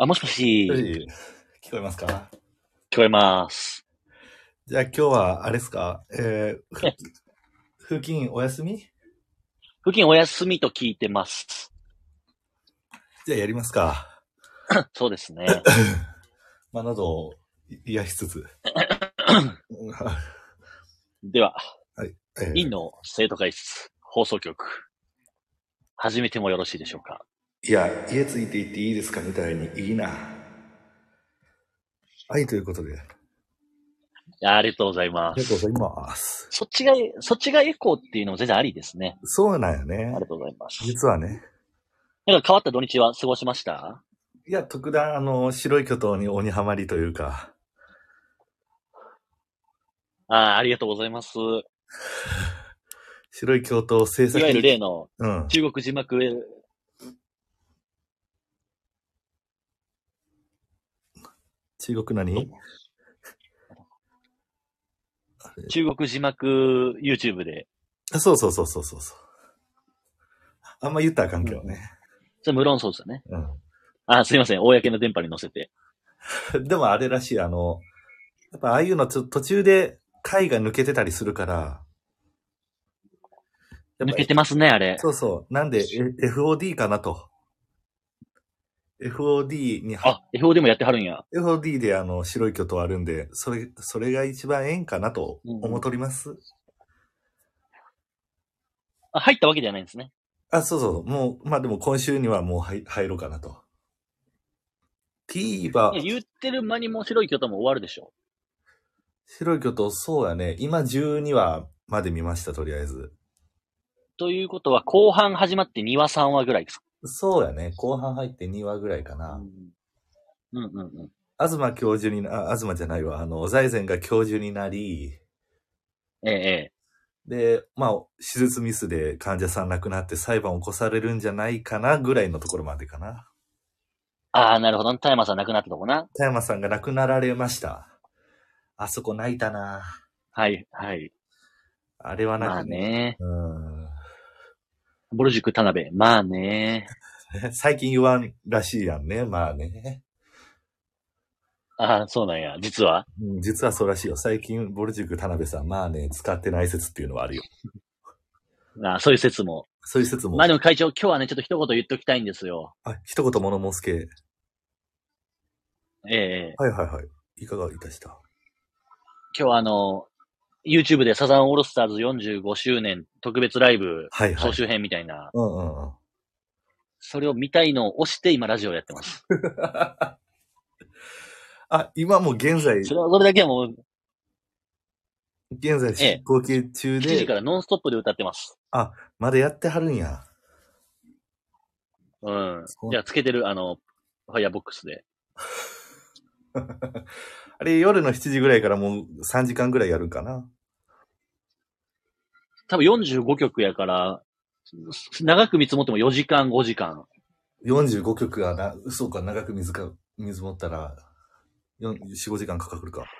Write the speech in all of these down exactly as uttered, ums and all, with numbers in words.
あ、もしもし。 よし、聞こえますか？ 聞こえます。 じゃあ今日は、あれですか？えー、 え、 風勤お休み？ 付近お休みと聞いてます。 じゃあやりますか。 そうですね。 まあ、喉を癒しつつ。 では、 はい。えー、 院の生徒会室放送局、始めてもよろしいでしょうか。 いや、家ついて行っていいですかみたいにいいな。はい、ということで。 ありがとうございます。 ありがとうございます。 そっちが、そっちがエコーっていうのも全然ありですね。 そうなんよね。 ありがとうございます。 実はね。 なんか変わった土日は過ごしました？ いや、特段、あの、白い巨頭に鬼ハマりというか。 ああ、ありがとうございます。 白い巨頭制作。 いわゆる例のうん。 中国字幕、 中国何？ 中国字幕 YouTube で。 そうそうそうそうそう。あんま言ったらあかんけどね。 それ無論そうですよね。 うん。 あ、すいません。公の電波に乗せて。 でもあれらしい、あの、やっぱああいうのちょ途中で回が抜けてたりするから、やっぱ抜けてますね、あれ。 そうそう。なんで、え エフオーディー かなと。エフオーディー に、 あ、エフオー でもやってはるんや。 エフオーディー であの、白い巨頭あるんで、それ、それが一番ええんかなと思っております。 うんうん、あ、入ったわけではないんですね。 あ、そうそう。もう、まあでも今週にはもう入入ろうかなと。TVer。 言ってる間にもう白い巨頭も終わるでしょ。 白い巨頭、そうやね。今じゅうにわまで見ました、とりあえず。 ということは、後半始まってにわさんわぐらいですか？ そうやね。後半入ってにわぐらいかな。 うん、うん、うんうん。 東教授にな、あ、東じゃないわ。あの、財前が教授になり、 ええ、 で、まあ、手術ミスで患者さん亡くなって裁判を起こされるんじゃないかなぐらいのところまでかな。 ああ、なるほど。田山さん亡くなったとこな。 田山さんが亡くなられました。あそこ泣いたな。 はい、はい。 あれは泣く。 まあね。 うん。 ぼる塾田辺。まあね。 最近言わんらしいやんね。まあね。 ああ、そうなんや。実は、 うん、実はそうらしいよ。最近、ボルジュク田辺さん、まあね、使ってない説っていうのはあるよ。 ああ、そういう説も。 そういう説も。 まあでも会長、今日はね、ちょっと一言言っておきたいんですよ。 あ、一言物申すけ。 ええ。 はいはいはい。いかがいたした？ 今日はあの、YouTube でサザンオールスターズよんじゅうごしゅうねん特別ライブ、 はいはい。 総集編みたいな。 うんうんうん。 それを見たいのを押して今ラジオやってます。 あ、今も現在、 それは、それだけはもう、 現在ええ、 進行形中で、 しちじからノンストップで歌ってます。 あ、まだやってはるんや。 うん。 そうじゃあ、つけてる、あの、ファイアボックスで。 あれ、夜のしちじぐらいからもうさんじかんぐらいやるんかな。 多分よんじゅうごきょくやから、長く見積もってもよじかん、ごじかん。 よんじゅうごきょくがな、嘘か、長く水か、水持ったら、よん、よん、ごじかんかかるか。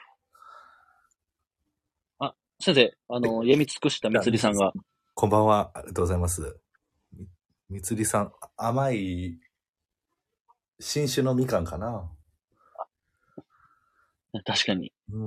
あ、先生、あの、やみ尽くしたみつりさんが。 こんばんは、ありがとうございます。み、みつりさん、甘い、新種のみかんかな。 確かに。 うん。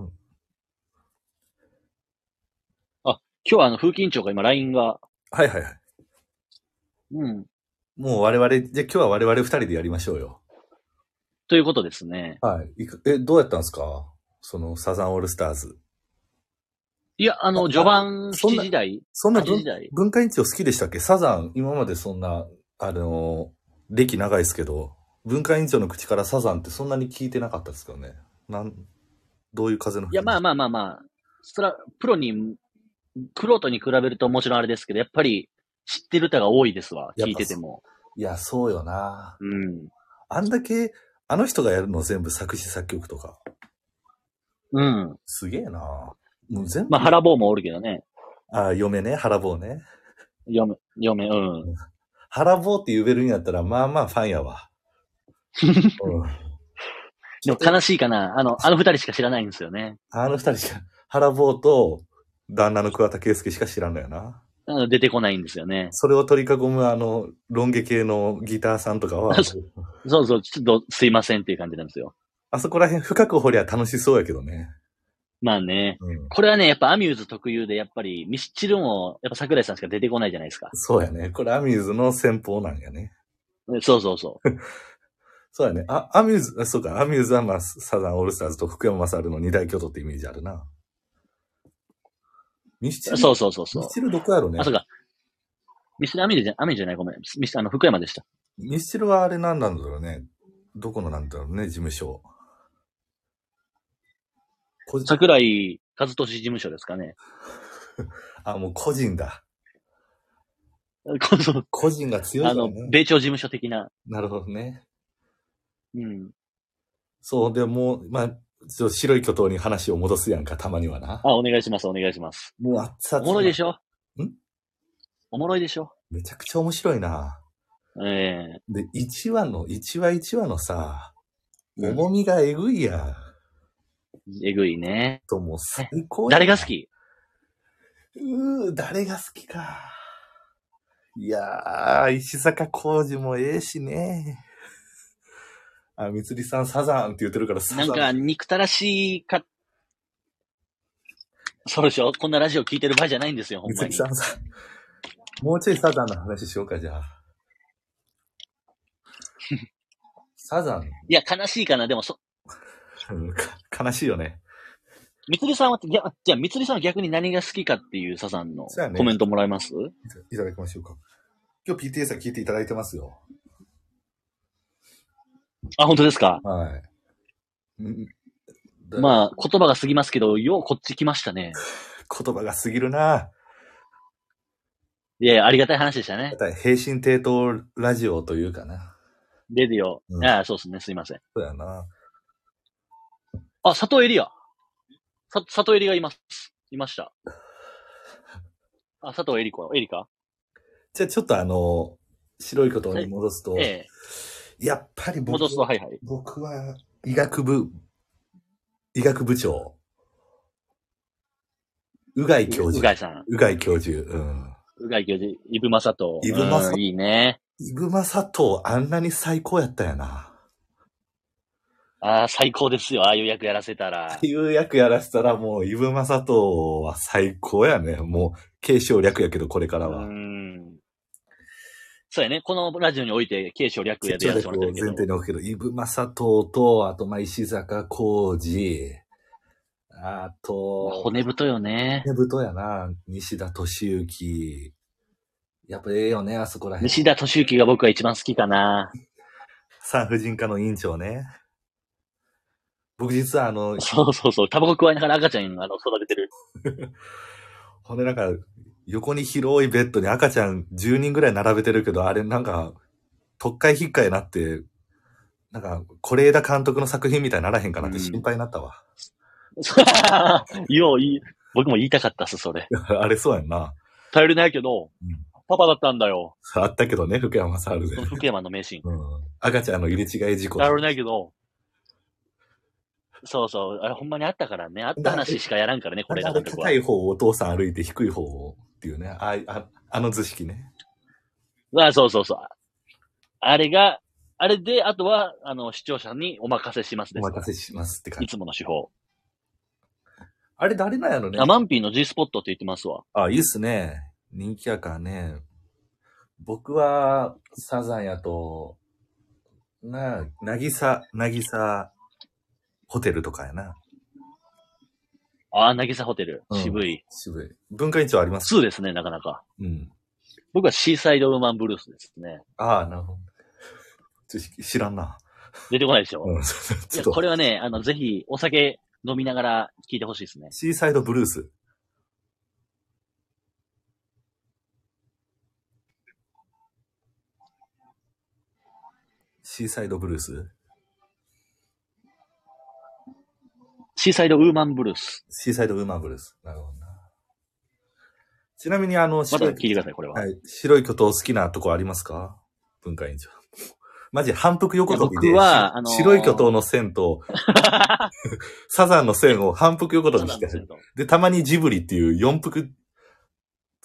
あ、今日はあの、風紀委員長が今 ライン が。 はいはいはい。 うん。 もう我々、じゃあ今日は我々二人でやりましょうよ。 ということですね。 はい。いくえ、どうやったんですか？そのサザンオールスターズ。 いや、あの、序盤しちじ台そんな ?はちじ台文化委員長好きでしたっけ？サザン、今までそんな、あの、歴長いですけど、文化委員長の口からサザンってそんなに聞いてなかったですけどね。なん、どういう風の吹き？ いや、まあまあまあまあ、そら、プロに、クロートに比べるともちろんあれですけど、やっぱり知ってる歌が多いですわ。聞いてても。 いや、そうよな。 うん。 あんだけ、あの人がやるの全部作詞作曲とか。 うん。 すげえな。もう全部。 まあ、腹棒もおるけどね。 あ、嫁ね、腹棒ね。 嫁、嫁、うん。 腹棒って言えるんやったら、まあまあファンやわ。うん、 でも悲しいかな。あの、あの二人しか知らないんですよね。 あの二人しか、腹棒と旦那の桑田佳祐しか知らんのよな。 あの出てこないんですよね。 それを取り囲むあの、ロン毛系のギターさんとかは、 そうそう、ちょっとすいませんっていう感じなんですよ。 あそこら辺深く掘りゃ楽しそうやけどね。 まあね、 うん。 これはね、やっぱアミューズ特有で、やっぱりミスチルも、やっぱ桜井さんしか出てこないじゃないですか。 そうやね。これアミューズの戦法なんやね。 そうそうそう。 そうやね。あ、アミューズ、そうか、アミューズはまあ、サザンオールスターズと福山雅治の二大巨頭ってイメージあるな。ミスチル、 そうそうそうそう。 ミスチルどこやろね。 あ、そうか。ミスチルアミューズじゃ、アミューズじゃない、ごめん。ミス、あの、福山でした。 ミスチルはあれなんなんだろうね。どこのなんだろうね、事務所。 桜井和俊事務所ですかね。 あ、もう個人だ。個人が強いからね。 あの、米朝事務所的な。 なるほどね。 うん。 そう、でも、まあ、ちょっと白い巨頭に話を戻すやんか、たまにはな。 あ、お願いします、お願いします。 もう熱々。 おもろいでしょ？ ん？ おもろいでしょ？ めちゃくちゃ面白いな。 ええー。で、いちわの、いちわいちわのさ、重みがえぐいやん。 えぐいね。 ともう最高や。 誰が好き？ うー、誰が好きか。いやー、石坂浩二もええしね。あ、みつりさんサザンって言ってるからサザン。 なんか、憎たらしいか、そうでしょ？こんなラジオ聞いてる場合じゃないんですよ、ほんまに。 みつりさんさ、もうちょいサザンの話しようか、じゃあ。サザン。 いや、悲しいかな、でもそ、 悲しいよね。 みつりさんは、じゃあ、じゃあ、みつりさんは逆に何が好きかっていうサザンのコメントもらえます？ ね、いただきましょうか。今日 ピーティーエー さん聞いていただいてますよ。 あ、本当ですか？ はい。 まあ、言葉が過ぎますけど、ようこっち来ましたね。 言葉が過ぎるな。 いや、ありがたい話でしたね。 平身低頭ラジオというかな。 レディオ。うん、ああ、そうですね。すいません。 そうやな。 あ、佐藤エリア。さ、佐藤エリがいます。いました。あ、佐藤エリコ、エリカ？ じゃあちょっとあの、白いことに戻すと、はい、ええ、やっぱり僕戻すと、はいはい。 僕は医学部、医学部長。うがい教授。 うがいさん。 うがい教授。うん。 うがい教授、イブマサトウ。 イブマサトウ。 いいね。 イブマサトウ、あんなに最高やったやな。 ああ、最高ですよ。ああいう役やらせたら。 ああいう役やらせたらもう、イブマサトウは最高やね。もう、継承略やけど、これからは。 うん。そうやね。このラジオにおいて、継承略やでやらせてもらってるけど。 前提に置くけど、イブマサトウと、あと、まあ、石坂浩二、あと、 骨太よね。 骨太やな。西田敏行。やっぱええよね、あそこら辺。 西田敏行が僕は一番好きかな。 産婦人科の院長ね。僕実はあの、 そうそうそう、タバコ加えながら赤ちゃんあの育ててる。 ほんでなんか、横に広いベッドに赤ちゃんじゅうにんぐらい並べてるけど、あれなんか、特会引っかえなって、なんか、是枝監督の作品みたいにならへんかなって心配になったわ。 うん、よう、いい、僕も言いたかったっす、それ。 あれそうやんな。 頼りないけど、うん、パパだったんだよ。 あったけどね、福山雅治で。 福山の名シーン。 うん。赤ちゃんの入れ違い事故。 頼りないけど、そうそう、あれほんまにあったからね。あった話しかやらんからね、これだから高い方をお父さん歩いて低い方をっていうね。ああ、あの図式ね。 あ、そうそうそう。あれが、あれで、あとは、あの、視聴者にお任せしますです。 お任せしますって感じ。 いつもの手法。 あれ誰なんやろね。 あ、マンピーの G スポットって言ってますわ。 あ、いいっすね。人気やからね。僕は、サザンやと、な、なぎさ、なぎさ、ホテルとかやな。 ああ、なぎさホテル。渋い、うん。 渋い。文化委員長ありますツーですね、なかなか。 うん。 僕はシーサイドウーマンブルースですね。 ああ、なるほど。知らんな。 出てこないでしょ。うん、いやこれはね、あの、ぜひ、お酒飲みながら聞いてほしいですね。 シーサイドブルース。シーサイドブルースシーサイドウーマンブルース。 シーサイドウーマンブルース。なるほどな。ちなみにあの、 また聞いてください、これは。 はい。白い巨頭好きなとこありますか？文化委員長。マジ反復横跳びで。 僕は、あのー、 白い巨頭の線と、サザンの線を反復横跳びしてる。で、たまにジブリっていう四幅、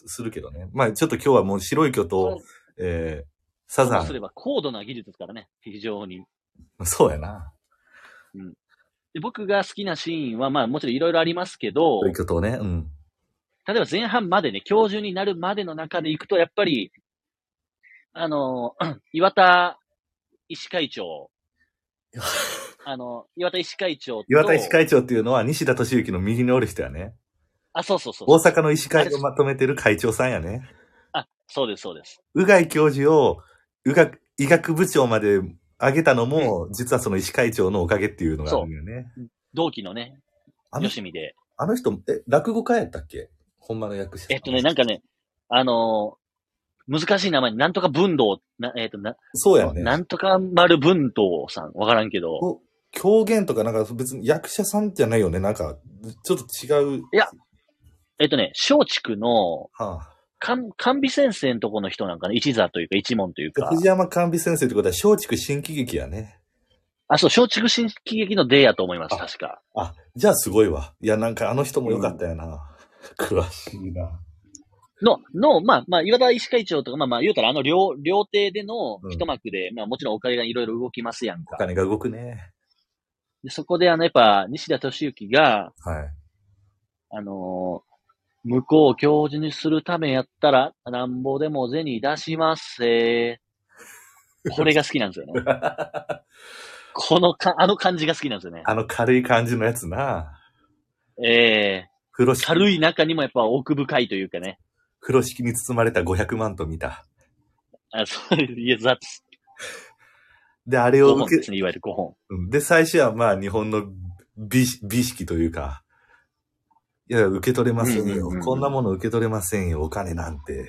するけどね。まあちょっと今日はもう白い巨頭、えー、サザン。 ともすれば高度な技術ですからね、非常に。 そうやな。 うん。で僕が好きなシーンは、まあもちろんいろいろありますけど、 白い巨頭ね。うん。 例えば前半までね、教授になるまでの中で行くと、やっぱり、あの、岩田医師会長、あの、岩田医師会長と、 岩田医師会長っていうのは西田敏行の右におる人やね。 あ、そうそうそう大阪の医師会をまとめてる会長さんやね。 あ、そうです、そうです。 うがい教授を、うが、医学部長まで上げたのも、うん、実はその医師会長のおかげっていうのがあるんよね。 同期のね、よしみで。 あの人、え、落語家やったっけ？ほんまの役者。 えっとね、なんかね、あのー、難しい名前、なんとか文道、なえっとな、 そうやね。 なんとか丸文道さん、わからんけど。 狂言とかなんか別に役者さんじゃないよね。なんか、ちょっと違う。 いや、えっとね、松竹の、 はあ、 甘美先生のとこの人なんかね、一座というか一門というか。 藤山甘美先生ってことは松竹新喜劇やね。 あ、そう、松竹新喜劇の出やと思います、確か。 あ、じゃあすごいわ。いや、なんかあの人も良かったよな。うん、詳しいな。 の、の、まあ、まあ、岩田医師会長とか、まあまあ、言うたらあの料、料亭での一幕で、うん、まあもちろんお金がいろいろ動きますやんか。 お金が動くね。 で、そこであの、やっぱ、西田敏行が、 はい。 あのー、向こうを教授にするためやったら、なんぼでも銭出しますせー。これが好きなんですよね。このか、あの感じが好きなんですよね。 あの軽い感じのやつな。 ええー。軽い中にもやっぱ奥深いというかね。 風呂敷に包まれたごひゃくまんと見た。 あ、そうです。いや、雑。 で、あれを受け、 ごほんですね、いわゆるごほん。で、最初はまあ日本の美、美識というか、いや、受け取れませんよ。うんうんうん、こんなもの受け取れませんよ。お金なんて。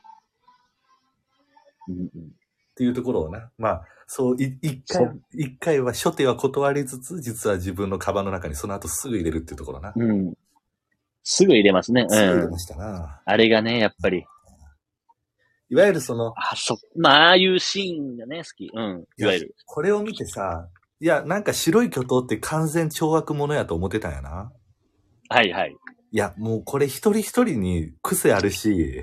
うんうん、 っていうところをな。まあ、そう、い一回、一回は初手は断りつつ、実は自分のカバンの中にその後すぐ入れるっていうところな。 うん。すぐ入れますね。うん。すぐ入れましたな。 あれがね、やっぱり。 いわゆるその、 あ、そ、まあ、ああいうシーンがね、好き。うん。いわゆる。 これを見てさ、いや、なんか白い巨頭って完全懲悪者やと思ってたんやな。 はいはい。 いや、もうこれ一人一人に癖あるし、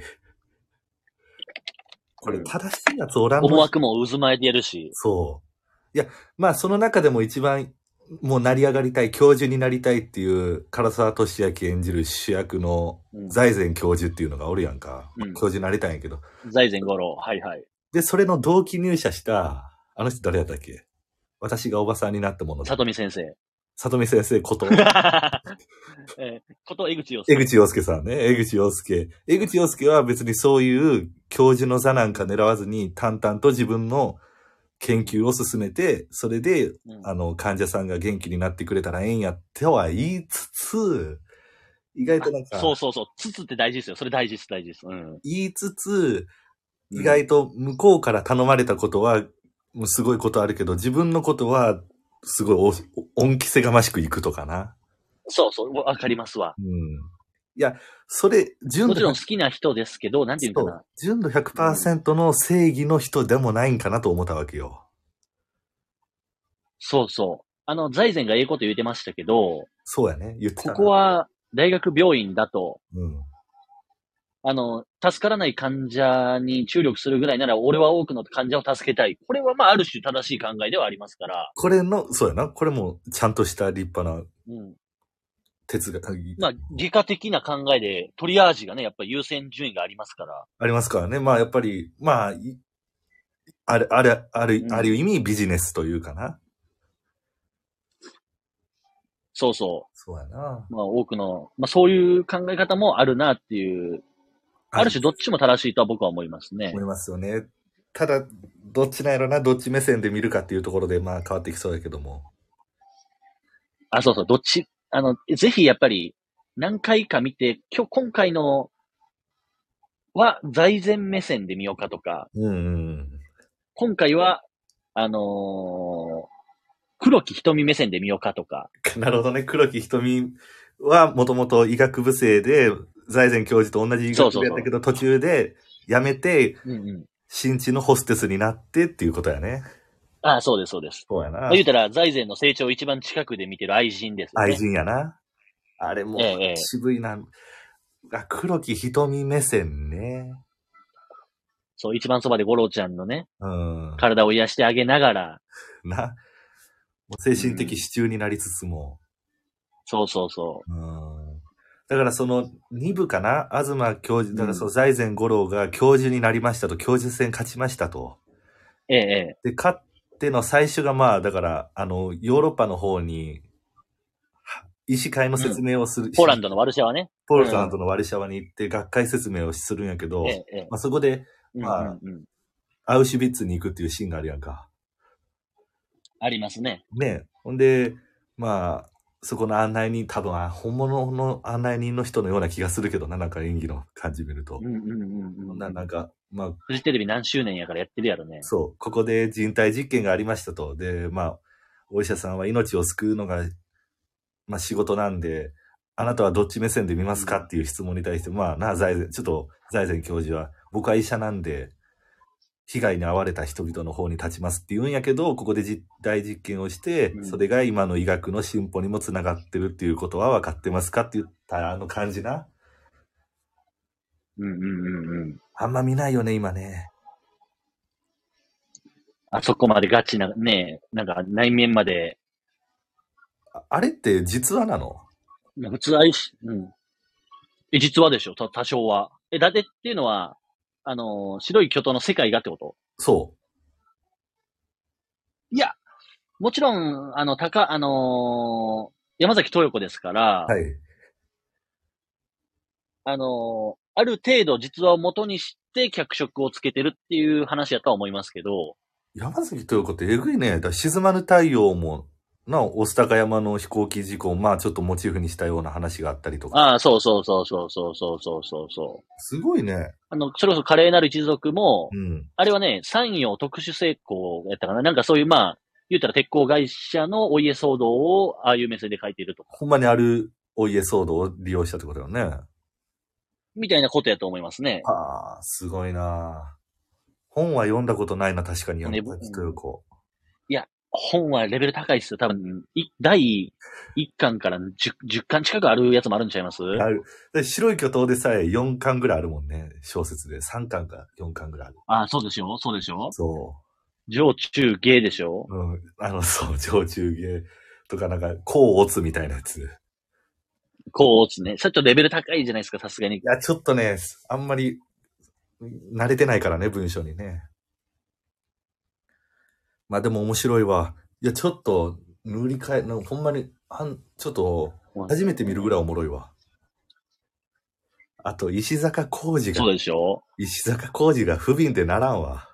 これ正しいやつおらんの、 思惑も渦巻いてやるし。 そう。いや、まあその中でも一番もう成り上がりたい、教授になりたいっていう唐沢寿明演じる主役の財前教授っていうのがおるやんか。うん、教授になりたいんやけど。 財前五郎、はいはい。 で、それの同期入社した、あの人誰やったっけ？私がおばさんになったもの。 里見先生。 里見先生こと。 えー、こと江口洋介。 江口洋介さんね。江口洋介。江口洋介は別にそういう教授の座なんか狙わずに淡々と自分の研究を進めて、それで、うん、あの、患者さんが元気になってくれたらええんやっては言いつつ、意外となんか。 そうそうそう。つつって大事ですよ。それ大事です、大事です。うん。 言いつつ、意外と向こうから頼まれたことは、もうすごいことあるけど、自分のことは、すごい恩着せがましくいくとかな。 そうそう、わかりますわ。 うん。いや、それ、純度。 もちろん好きな人ですけど、なんていうかな。 純度 ひゃくパーセント の正義の人でもないんかなと思ったわけよ。 そうそう。あの、財前がええこと言ってましたけど。 そうやね、言ってたな。 ここは大学病院だと。 うん。 あの、助からない患者に注力するぐらいなら、俺は多くの患者を助けたい。これはまあ、ある種正しい考えではありますから。 これの、そうやな。これもちゃんとした立派な、うん。哲学。 まあ、外科的な考えで、トリアージがね、やっぱり優先順位がありますから。 ありますからね。まあ、やっぱり、まあ、ある、ある、ある、うん、ある意味ビジネスというかな。 そうそう。 そうやな。 まあ、多くの、まあ、そういう考え方もあるなっていう。ある種どっちも正しいとは僕は思いますね。 思いますよね。ただ、どっちなんやろな、どっち目線で見るかっていうところで、まあ変わってきそうやけども。 あ、そうそう、どっち、あの、ぜひやっぱり何回か見て、今日、今回のは財前目線で見ようかとか、 うんうん、 今回は、あのー、黒木瞳目線で見ようかとか。 なるほどね、黒木瞳はもともと医学部生で、財前教授と同じ医学部やったけど、途中で辞めて、うんうん、新地のホステスになってっていうことやね。 ああ、そうです、そうです。 そうやな。まあ、言うたら、財前の成長を一番近くで見てる愛人ですよね。 愛人やな。あれも、渋いな。ええ、 あ、黒木瞳目線ね。 そう、一番そばで五郎ちゃんのね、 うん。 体を癒してあげながら。 な、もう精神的支柱になりつつも。 そうそうそう。うん。だからそのに部かな、東教授、だからそのうん財前五郎が教授になりましたと、教授選勝ちましたと。 う。ええ、ええ。 で、勝っての最初がまあ、だから、あの、ヨーロッパの方に、は医師会の説明をする、 ポーランドのワルシャワね。 ポーランドのワルシャワに行って学会説明をするんやけど、 ええ、ええ。 まあそこで、 うんまあ、 うんうん。 アウシュビッツに行くっていうシーンがあるやんか。 ありますね。 ね。ほんで、まあ、そこの案内人、多分、あ本物の案内人の人のような気がするけどな、なんか演技の感じ見ると。 うんうんうんうん。 ななんか、まあ、 フジテレビ何周年やからやってるやろね。 そう、ここで人体実験がありましたと。で、まあ、お医者さんは命を救うのが、まあ仕事なんで、あなたはどっち目線で見ますかっていう質問に対して、まあな、財前、ちょっと財前教授は、僕は医者なんで、被害に遭われた人々の方に立ちますって言うんやけど、ここで実体実験をして、 うんそれが今の医学の進歩にもつながってるっていうことは分かってますかって言ったあの感じな。 うんうんうんうん。 あんま見ないよね、今ね。 あそこまでガチな、ね、なんか内面まで、 ああれって実話なの？ 普通愛し、うん。え、実はでしょ、た多少は。え、だってっていうのは、あのー白い巨頭の世界がってこと？ そいや、もちろん、あの、高、あのー山崎豊子ですかう。 ら、 はい。 あのーある程度実話を元にして脚色をつけてるっていう話やとは思いますけど、 山崎豊子ってえぐいね。だから沈まぬ太陽も、なお、御巣鷹山の飛行機事故を、まあちょっとモチーフにしたような話があったりとか。 ああ、そうそうそうそうそうそうそうそうそう。 すごいね。 あの、それこそ華麗なる一族も、 うん。 あれはね、山陽特殊成功やったかな。なんかそういう、まあ、言ったら鉄鋼会社のお家騒動を、ああいう目線で書いているとか、 ほんまにあるお家騒動を利用したってことよね。 みたいなことやと思いますね。 はあ、すごいな。本は読んだことないな、確かに山ね崎豊子。 いや、本はレベル高いっすよ。多分、いだいいっかんから 10, じゅっかん近くあるやつもあるんちゃいます？ ある。で白い巨頭でさえよんかんぐらいあるもんね。小説で。さんかんかよんかんぐらいある。 ああ、そうでしょそうでしょそ上中下でしょう。うん。あの、そう、上中下とかなんか、甲乙みたいなやつ。いこうつね。ちょっとレベル高いじゃないですか、さすがに。 や、ちょっとね、あんまり、慣れてないからね、文章にね。まあでも面白いわ。いや、ちょっと、塗り替え、なんかほんまに、あん、ちょっと、初めて見るぐらいおもろいわ。あと、石坂浩二が、 そうでしょ石坂浩二が不憫でならんわ。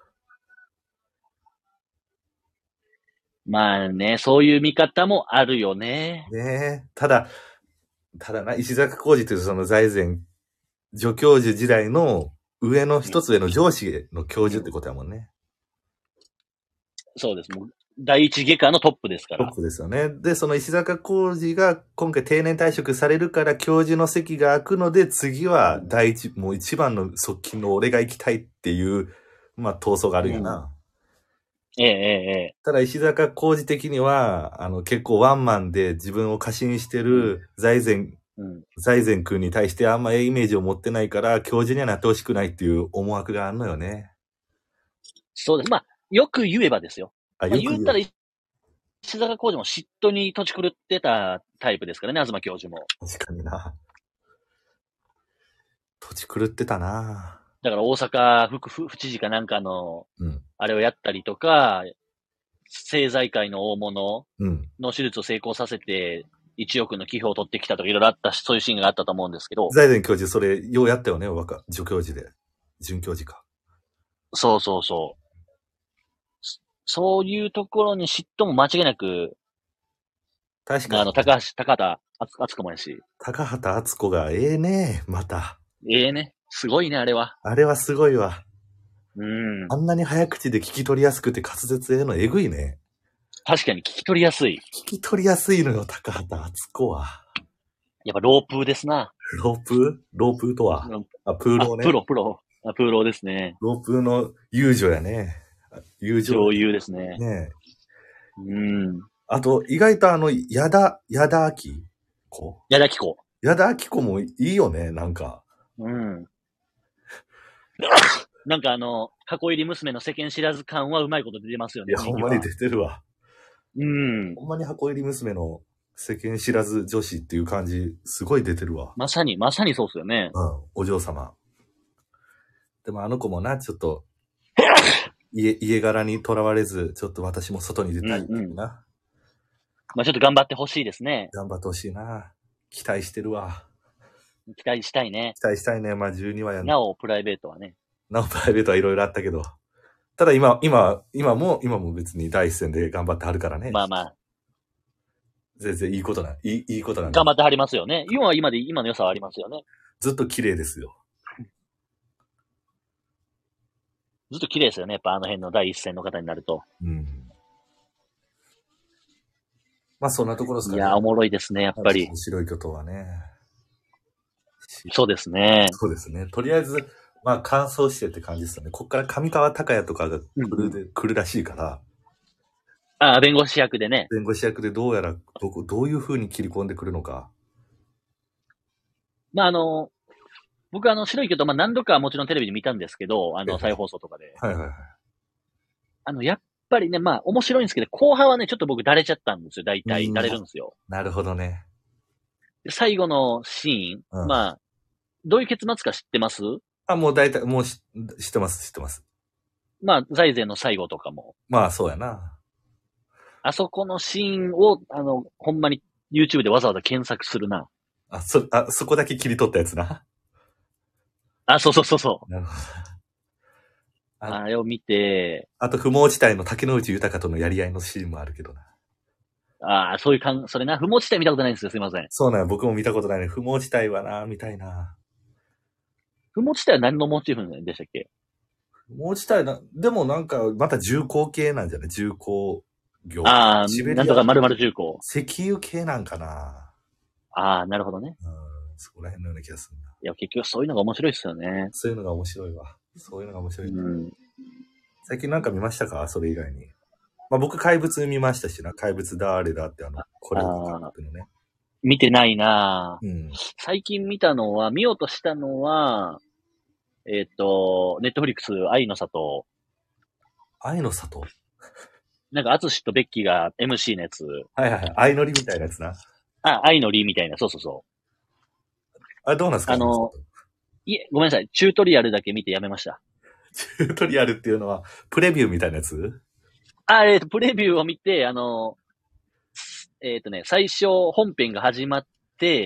まあね、そういう見方もあるよね。 ねえ。ただ、ただな、石坂浩二というその財前助教授時代の上の一つ上の上司の教授ってことやもんね。 そうです。もう第一外科のトップですから。 トップですよね。で、その石坂浩二が今回定年退職されるから教授の席が空くので、次は第一、もう一番の側近の俺が行きたいっていう、まあ、闘争があるんやな。 えええええただ石坂浩二的には、あの、結構ワンマンで自分を過信してる財前、 え。うん。 財前君に対してあんまええイメージを持ってないから、教授にはなってほしくないっていう思惑があるのよね。 そうです。まあ、よく言えばですよ。 あ、 まあ、 よく言う。 言ったら、石坂浩二も嫉妬に土地狂ってたタイプですからね、東教授も。 確かにな。土地狂ってたな。 だから大阪府府府知事かなんかの、 うん。 あれをやったりとか、政財界の大物うん。 の手術を成功させて、いちおくの寄付を取ってきたとかいろいろあったし、そういうシーンがあったと思うんですけど。 財前教授、それ、ようやったよね、若、助教授で。准教授か。 そうそうそう。そういうところに嫉妬も間違いなく、 確かに。 あの、高橋、高田敦子もやし。 高畑敦子がええね、また。 ええね。すごいね、あれは。 あれはすごいわ。 うん。 あんなに早口で聞き取りやすくて滑舌ええのえぐいね。 確かに聞き取りやすい。 聞き取りやすいのよ、高畑敦子は。 やっぱロープーですな。 ロープロープとは、あ、プーローね。 プロ、プロ。あプロですね。 ロープの友情やね。友情。 女優ですね。 ねうん。 あと、意外とあの、矢田、矢田明子矢田紀子。 矢田亜希子もいいよね、なんか。 うん。なんかあの、箱入り娘の世間知らず感はうまいこと出てますよね。 いや、ほんまに出てるわ。 うん。 ほんまに箱入り娘の世間知らず女子っていう感じ、すごい出てるわ。 まさに、まさにそうっすよね。 うん、お嬢様。でもあの子もな、ちょっと、家、家柄にとらわれず、ちょっと私も外に出たいっていうな。うんうん、 まあちょっと頑張ってほしいですね。 頑張ってほしいな。期待してるわ。 期待したいね。 期待したいね。まあじゅうにわやん。 なお、プライベートはね。 なお、プライベートはいろいろあったけど。ただ今、今、今も、今も別に第一線で頑張ってはるからね。 まあまあ。 全然いいことな、いい、いいことなん頑張ってはりますよね。今は今で、今の良さはありますよね。 ずっと綺麗ですよ。 ずっと綺麗ですよね。やっぱあの辺の第一線の方になると。 うん。まあそんなところですかね。 いや、おもろいですね、やっぱり。 白い巨頭はね。 そうですね。 そうですね。とりあえず、まあ乾燥してって感じですよね。こっから上川隆也とかが来るで、うん、来るらしいから。 ああ、弁護士役でね。 弁護士役でどうやら、どこ、どういう風に切り込んでくるのか。 まああの、僕あの、白い巨頭、まあ何度かもちろんテレビで見たんですけど、あの、再放送とかで。 はいはいはい。 あの、やっぱりね、まあ面白いんですけど、後半はね、ちょっと僕だれちゃったんですよ。大体、だれるんですよ。 なるほどね。 で最後のシーン、うん、まあ、どういう結末か知ってます？ あ、もう大体、もう知ってます、知ってます。 まあ、財前の最後とかも。 まあ、そうやな。 あそこのシーンを、あの、ほんまに YouTube でわざわざ検索するな。 あ、そ、あ、そこだけ切り取ったやつな。 あ、そうそうそうそう。 なるほど。 あれを見て。 あと、不毛地帯の竹野内豊とのやり合いのシーンもあるけどな。 ああ、そういう感、それな、不毛地帯見たことないんですよ、すいません。 そうなんや、僕も見たことないね。不毛地帯はな、見たいな。 不毛地帯は何のモチーフでしたっけ？ 不毛地帯な、でもなんか、また重工系なんじゃない？重工業。 ああ、なんとか丸々重工。 石油系なんかな。 ああ、なるほどね。 うん、そこら辺のような気がするな。 いや、結局そういうのが面白いですよね。 そういうのが面白いわ。そういうのが面白い、ね。 うん。 最近なんか見ましたか？それ以外に。まあ僕、怪物見ましたしな。怪物だーれだって、あの、これを書くのね。 見てないなぁ、 うん。 最近見たのは、見ようとしたのは、えっ、ー、と、ネットフリックス、愛の里。 愛の里なんか、アツシとベッキーが エムシー のやつ。 はいはいはい。愛のりみたいなやつな。 あ、愛のりみたいな、そうそうそう。 あれどうなんですか？ あの、いえ、ごめんなさい。チュートリアルだけ見てやめました。 チュートリアルっていうのは、プレビューみたいなやつ？ あ、えっ、ー、と、プレビューを見て、あの、えっ、ー、とね、最初本編が始まって、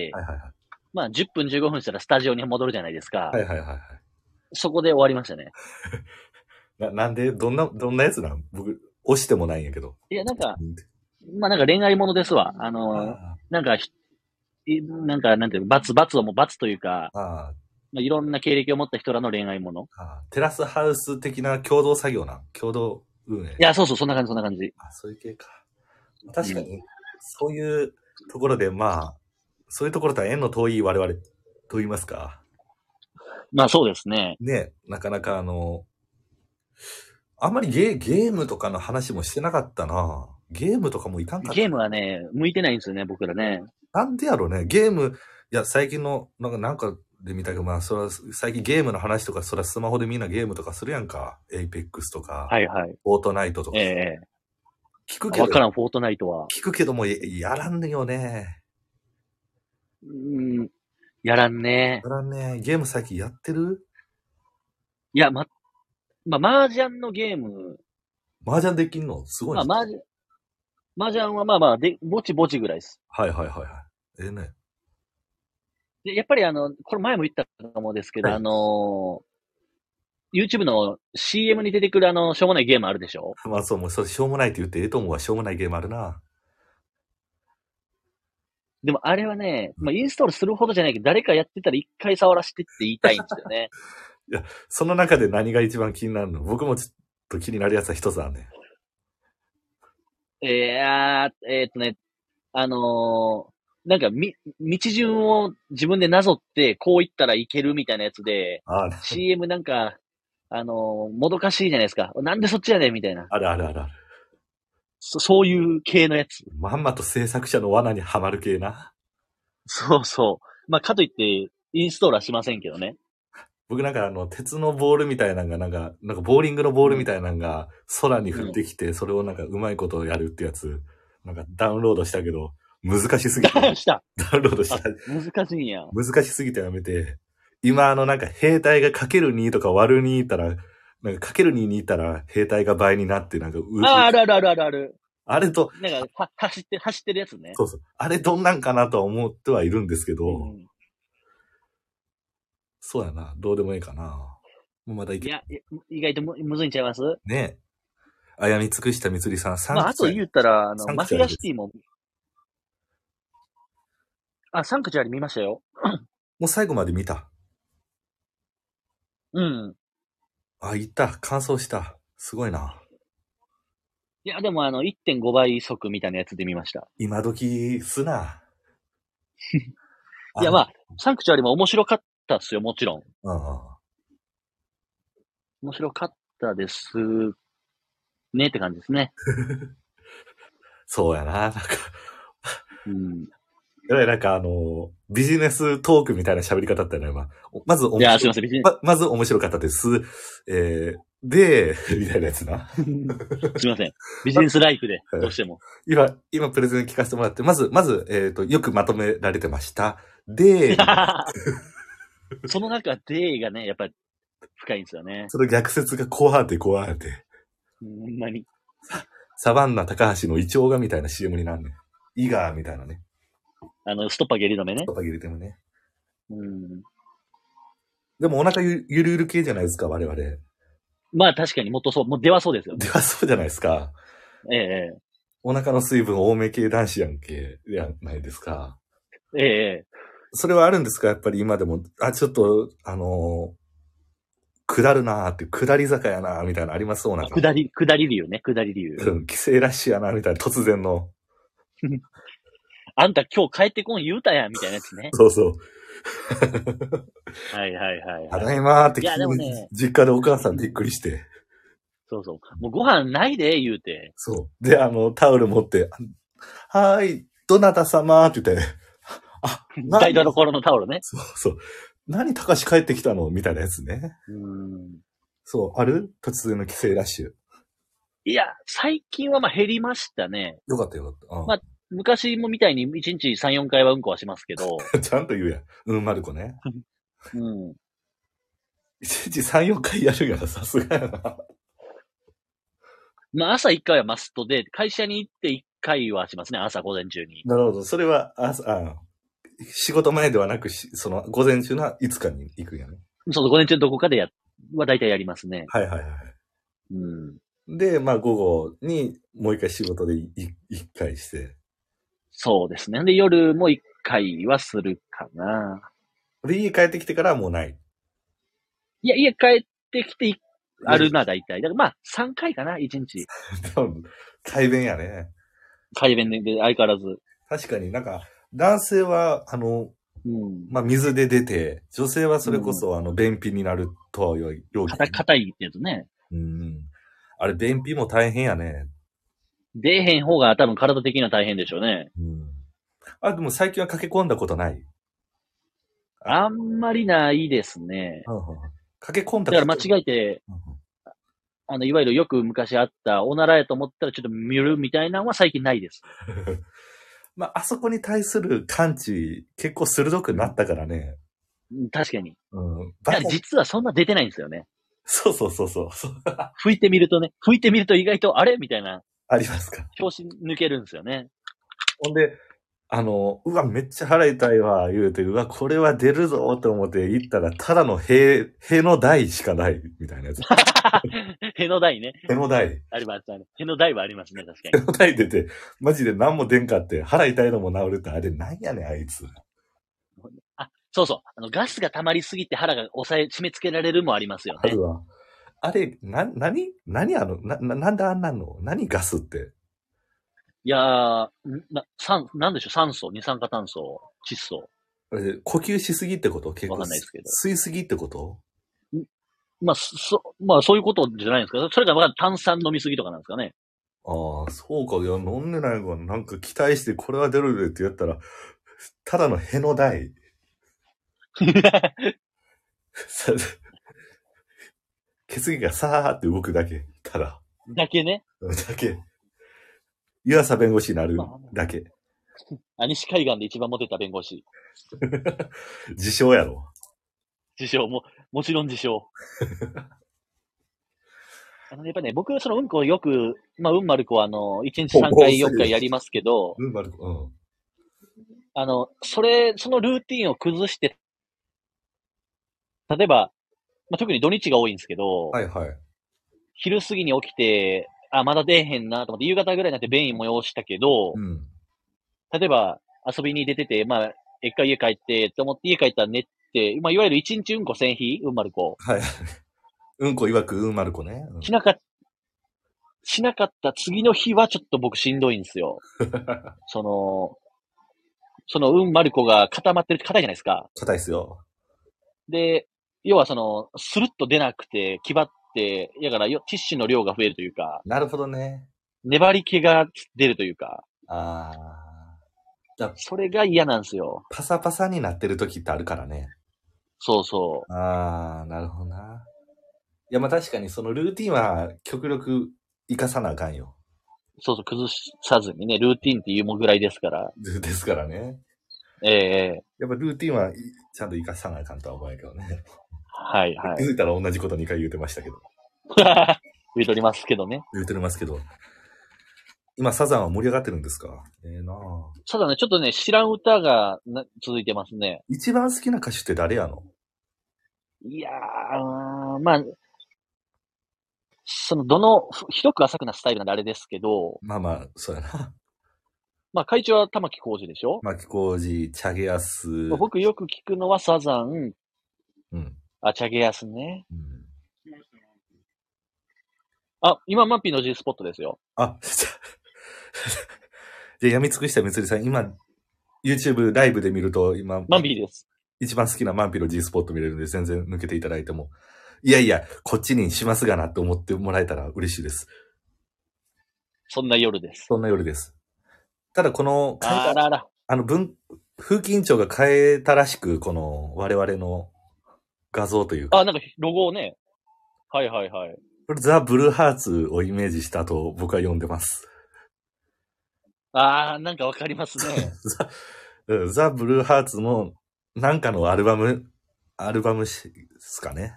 はいはいはい。 まあ、じゅっぷんじゅうごふんしたらスタジオに戻るじゃないですか。 はいはいはいはい。 そこで終わりましたね。 な、なんで、どんな、どんなやつなん僕、押してもないんやけど。 いや、なんか、まあなんか恋愛ものですわ。あの、あなんか、なんか、なんていうの、罰、罰をも罰というか、あまあ、いろんな経歴を持った人らの恋愛もの。 あテラスハウス的な共同作業な。共同運営。いや、そうそう、そんな感じ、そんな感じ。 あ、そういう系か。確かに、うん、そういうところで、まあ、そういうところとは縁の遠い我々と言いますか。 まあそうですね。 ね、なかなかあの、あんまりゲ、ゲームとかの話もしてなかったな。ゲームとかもいかんかった。 ゲームはね、向いてないんですよね、僕らね。 なんでやろうね。ゲーム、いや、最近の、なんか、なんかで見たけど、まあ、それは、最近ゲームの話とか、それはスマホでみんなゲームとかするやんか。エイペックスとか。 はいはい。 フォートナイトとか。 ええー。聞くけど。 わからん、フォートナイトは。 聞くけども、やらんねよね。 うん、やらんね。 やらんね。ゲーム最近やってる？ いや、ま、まあ、麻雀のゲーム。 麻雀できんの？すごいね。 まあ、麻雀、麻雀はまあまあ、で、ぼちぼちぐらいです。 はいはいはいはい。ええね。 で、やっぱりあの、これ前も言ったかもですけど、はい、あのー、YouTube の シーエム に出てくるあの、しょうもないゲームあるでしょ？ まあそう、もうそれしょうもないって言ってええと思うわ。しょうもないゲームあるな。 でもあれはね、まあ、インストールするほどじゃないけど、誰かやってたら一回触らせてって言いたいんですよね。 いや、その中で何が一番気になるの？僕もちょっと気になるやつは一つあるね。 えー、えー、っとね、あのー、なんか、み、道順を自分でなぞって、こう言ったらいけるみたいなやつで、ああ シーエム なんか、あのー、もどかしいじゃないですか。なんでそっちやねんみたいな。 あるあるあるある。 そ、そういう系のやつ。 まんまと制作者の罠にはまる系な。 そうそう。 まあ、かといって、インストールはしませんけどね。 僕なんかあの、鉄のボールみたいなのが、なんか、なんかボーリングのボールみたいなのが空に降ってきて、うん、それをなんかうまいことやるってやつ、なんかダウンロードしたけど、難しすぎて。 した。 ダウンロードした。 難しいんや。 難しすぎてやめて、今あのなんか兵隊がかけるにとか割るにいったら、なんかかけるににいったら兵隊が倍になってなんかうあ、あるあるあるあるある。 あれと、 なんか、は、走って、走ってるやつね。 そうそう。あれどんなんかなとは思ってはいるんですけど、うん、そうやな。どうでもいいかな。もうまだいけいや、意外とむ、むずいんちゃいますねえ。あやみ尽くしたみつりさん、サンまあ、あと言ったら、あの、マフィアシティも、あ、サンクチュアリ見ましたよ。 もう最後まで見た。 うん。 あ、行った。完走した。すごいな。 いや、でもあの、いってんご 倍速みたいなやつで見ました。 今時すな。 いや、まあ、サンクチュアリも面白かったっすよ、もちろん。 うんうん。 面白かったです。ねって感じですね。 そうやな、なんか。 うん。 なんかあの、ビジネストークみたいな喋り方だったよね、今。まず面白いや、すいません、ビジネス。 ま、まず面白かったです。えー、で、みたいなやつな。 すいません。ビジネスライフで、どうしても。 今、今プレゼン聞かせてもらって、まず、まず、えっと、よくまとめられてました。で、 その中でがね、やっぱり深いんですよね。 その逆説が怖って怖って。 ほんまに。 サバンナ高橋のイチョウがみたいな シーエム になるね。イガーみたいなね。 あの、ストッパーゲリ止めね。 ストッパーゲリ止めね。 うん。 でもお腹ゆゆるゆる系じゃないですか、我々。 まあ確かにもっとそう、もう出はそうですよね。 出はそうじゃないですか。 ええ。 お腹の水分多め系男子やんけ、やないですか。 ええ。 それはあるんですか、やっぱり今でも。あ、ちょっと、あのー、下るなーって、下り坂やなーみたいなのありますそうな。 下り、下り理由ね、下り理由。 うん、帰省ラッシュやなーみたいな、突然の。 あんた今日帰ってこん言うたやん、みたいなやつね。 そうそう。 はいはいはい、はい。 ただいまーっていやでもね、 実家でお母さんびっくりして。 そうそう。もうご飯ないで、言うて。 そう。で、あの、タオル持って、はーい、どなた様って言って、 あ、台所のタオルね。 そうそう。何、高し帰ってきたのみたいなやつね。 うん。 そう、ある突然の帰省ラッシュ。 いや、最近はまあ減りましたね。 よかったよかった。うん、 まあ、昔もみたいにいちにちさん、よんかいはうんこはしますけど。 ちゃんと言うやん。うん、マルコね。 うん。 いちにちさん、よんかいやるやらさすがやな。 まあ朝いっかいはマストで、会社に行っていっかいはしますね、朝午前中に。 なるほど。それは、朝、あ仕事前ではなくし、その、午前中のいつかに行くんやね。 そう、午前中のどこかでや、は大体やりますね。 はいはいはい。 うん。 で、まあ午後にもう一回仕事で一回して。 そうですね。で、夜も一回はするかな。 で、家帰ってきてからはもうない。 いや、家帰ってきて、あるな、大体。だからまあ、さんかいかな、いちにち。 改便やね。 改便で、相変わらず。 確かになんか、男性は、あの、うん、まあ、水で出て、女性はそれこそ、うん、あの、便秘になるとはよう硬い、硬いってやつね。 うん。あれ、便秘も大変やね。 出えへん方が多分体的には大変でしょうね。 うん。あ、でも最近は駆け込んだことない？ あんまりないですね。 うんうん、駆け込んだだから間違えて、うん、あの、いわゆるよく昔あったおならやと思ったらちょっと見るみたいなのは最近ないです。 まあ、あそこに対する感知結構鋭くなったからね。 うん、確かに。 うん。 だから実はそんな出てないんですよね。 そうそうそうそう。 拭いてみるとね、拭いてみると意外とあれみたいな。 ありますか。 調子抜けるんですよね。 ほんで、あの、うわ、めっちゃ腹痛いわ、言うて、うわ、これは出るぞって思って行ったら、ただのへ、への台しかない、みたいなやつ。 への台ね。 への台。 ありますね。への台はありますね、確かに。 への台出て、マジで何も出んかって、腹痛いのも治るって、あれなんやねん、あいつ。 あ、そうそう。あの、ガスが溜まりすぎて腹が抑え、締め付けられるもありますよね。 あるわ。あれ、な、なに何あの、な、なんであんなの何ガスって。 いやー、な、酸、なんでしょう、酸素、二酸化炭素、窒素。 呼吸しすぎってこと結構。 わかんないですけど。 吸いすぎってことまあ、そ、まあ、そういうことじゃないんですか。それがまだ炭酸飲みすぎとかなんですかね。 ああ、そうか。いや、飲んでないから、なんか期待してこれは出るでってやったら、ただのへの台。 血液がさーって動くだけ。ただ。 だけね。 だけ。湯浅弁護士になるだけ。 あ、西海岸で一番モテた弁護士。 自称やろ。 自称、も、もちろん自称。あの、やっぱね、僕、そのうんこよく、まあ、うんまる子は、あの、いちにちさんかい、よんかいやりますけど、 うんまる子、うん。 あの、それ、そのルーティンを崩して、例えば、まあ、特に土日が多いんですけど、 はいはい。 昼過ぎに起きて、あ、まだ出えへんなと思って、夕方ぐらいになって便意催したけど、 うん。 例えば遊びに出てて、まあ、一回家帰ってと思って家帰ったら寝て、まあ、いわゆる一日うんこせん日、うんまる子。 はい。うんこ曰くうんまる子ね。うん、 しなかった、しなかった次の日はちょっと僕しんどいんですよ。その、そのうんまる子が固まってる、硬いじゃないですか。 硬いっすよ。 で、要はその、スルッと出なくて、気張って、だからよティッシュの量が増えるというか、 なるほどね。 粘り気が出るというか、 ああ。じゃあそれが嫌なんですよ。 パサパサになってる時ってあるからね。 そうそう。 ああ、なるほどな。いや、まあ確かにそのルーティンは極力活かさなあかんよ。 そうそう、崩さずにね、ルーティンっていうもんぐらいですから。 ですからね。 ええやっぱルーティンはいちゃんと活かさなあかんとは思うんやけどね。 はいはい。 気づいたら同じことにかい言うてましたけど。 言うとりますけどね。 言うてますけど。今、サザンは盛り上がってるんですか？ええー、なあ。 ただね、ちょっとね、知らん歌がな続いてますね。 一番好きな歌手って誰やの？ いやー、まあ、その、どの、広く浅くなスタイルなんであれですけど、 まあまあ、そうやな。 まあ、会長は玉木浩二でしょ？ 牧浩二、チャゲアス。 僕よく聞くのはサザン、 うん。 あ、チャゲヤスね。 うん、 あ、今、マッピーの G スポットですよ。 あ、じゃあ、やみつくしたみつりさん、今、YouTube ライブで見ると、今、 マンビーです。 一番好きなマンピの G スポット見れるんで、全然抜けていただいても。いやいや、こっちにしますがなって思ってもらえたら嬉しいです。 そんな夜です。 そんな夜です。ただ、この、 あらら。 あの、文、風紀委員長が変えたらしく、この、我々の画像というか。 あ、なんか、ロゴをね。はいはいはい。 これ、ザ・ブルーハーツをイメージしたと僕は呼んでます。 あー、なんかわかりますね。 ザ・ザ・ブルーハーツの、なんかのアルバム、アルバムですかね。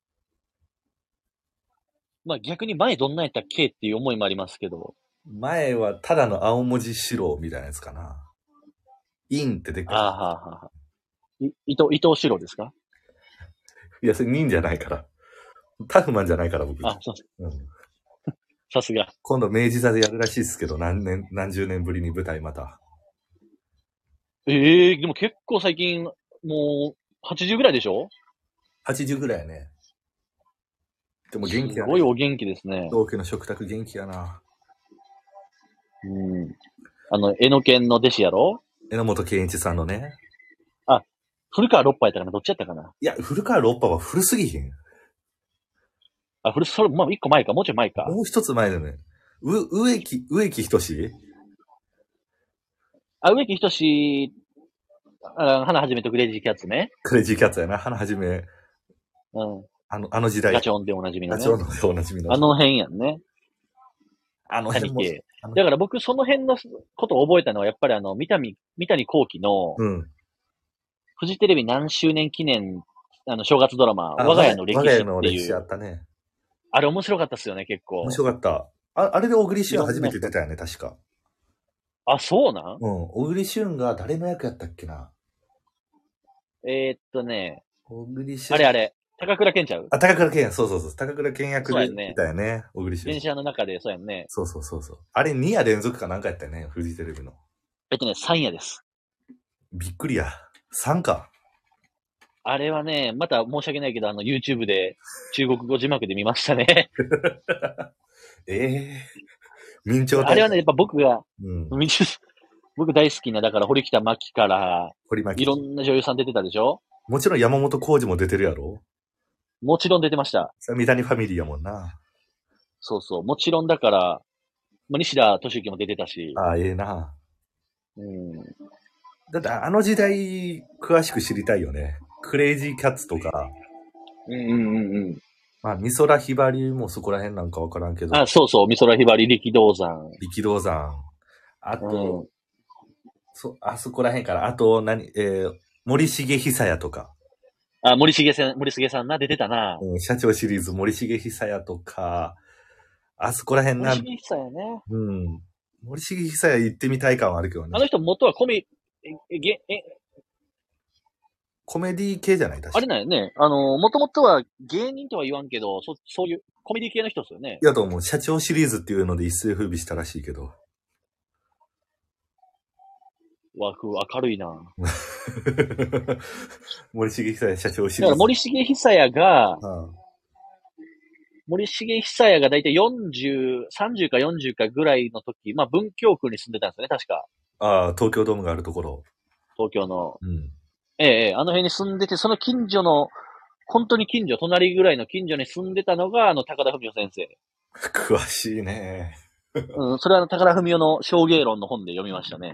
まあ逆に前どんなやったっけっていう思いもありますけど。 前はただの青文字白みたいなやつかな。インってでっかい。 あーはーはーはー。い、伊藤、伊藤四郎ですか？ いや、それインじゃないから。タフマンじゃないから僕。 あ、そううん、 さすが。 今度明治座でやるらしいですけど、何年、何十年ぶりに舞台また。 ええー、でも結構最近、もう、はちじゅうぐらいでしょ？ はちじゅうぐらいやね。でも元気やね。 すごいお元気ですね。 同期の食卓元気やな。 うん。あの、江ノ県の弟子やろ？ 榎本健一さんのね。 あ、古川六波やったかな？どっちやったかな？ いや、古川六波は古すぎひん。 あ、古、それ、まあ、一個前か、もうちょい前か。 もう一つ前だね。う、植木、植木仁志？ あ、植木仁志、あ、花はじめとクレイジーキャッツね。 クレイジーキャッツやな。花はじめ。 うん。 あの、あの時代。 ガチョンでおなじみのね。 ガチョンでおなじみの。 あの辺やんね。 あの辺も。 だから僕その辺のことを覚えたのはやっぱりあの、三谷、三谷幸喜の、 うん。 フジテレビ何周年記念、あの、正月ドラマ、我が家の歴史っていう。 我が家の歴史あったね。 あれ面白かったっすよね、結構。 面白かった。ああれで小栗旬初めて出たよね、確か。 あ、そうなん？ うん。小栗旬が誰の役やったっけな。 えー、っとね、 小栗旬。 あれあれ、高倉健ちゃう？ あ、高倉健、そうそうそう。高倉健役で出たよね、小栗旬。 電車の中で、そうやんね。 そうそうそうそう。あれに夜連続かなんかやったよね、フジテレビの。 えっとね、さん夜です。 びっくりや。さんか。 あれはね、また申し訳ないけど、あの、YouTube で中国語字幕で見ましたね。 ええー。明朝体。 あれはね、やっぱ僕が、 うん、 僕大好きな、だから堀北真希から、 堀真希。 いろんな女優さん出てたでしょ？ もちろん山本浩二も出てるやろ？ もちろん出てました。 三谷ファミリーやもんな。 そうそう。もちろんだから、まあ、西田敏行も出てたし。 ああ、ええな。 うん。 だってあの時代、詳しく知りたいよね。 クレイジーキャッツとか、 うんうんうんうん。 まあ、美空ひばりもそこら辺なんかわからんけど、 あ、そうそう、美空ひばり、力道山。 力道山。あうと、 ん。 そ、あそこら辺から、あと、何、えー、森重久彌とか、 あ、森重さん、森重さんな、出てたな。 うん、社長シリーズ森重久彌とか、あそこら辺な、 森重久彌ね。 うん。森重久彌行ってみたい感はあるけどね。 あの人元はコミ、え、え、げえ、 コメディ系じゃない確か。 あれなんよね。あの、もともとは芸人とは言わんけど、そ、そういうコメディ系の人ですよね。 いやと思う。社長シリーズっていうので一世風靡したらしいけど。 枠、明るいな。 森重久彌社長シリーズ。 だから森重久彌が、 ああ森重久彌がだいたいよんじゅう、さんじゅうかよんじゅうかぐらいの時、まあ文京区に住んでたんですよね、確か。 ああ、東京ドームがあるところ。 東京の。 うん。 ええ、ええあの辺に住んでて、その近所の、本当に近所、隣ぐらいの近所に住んでたのが、あの、高田文夫先生。 詳しいね。 うん、それはあの、高田文夫の小芸論の本で読みましたね。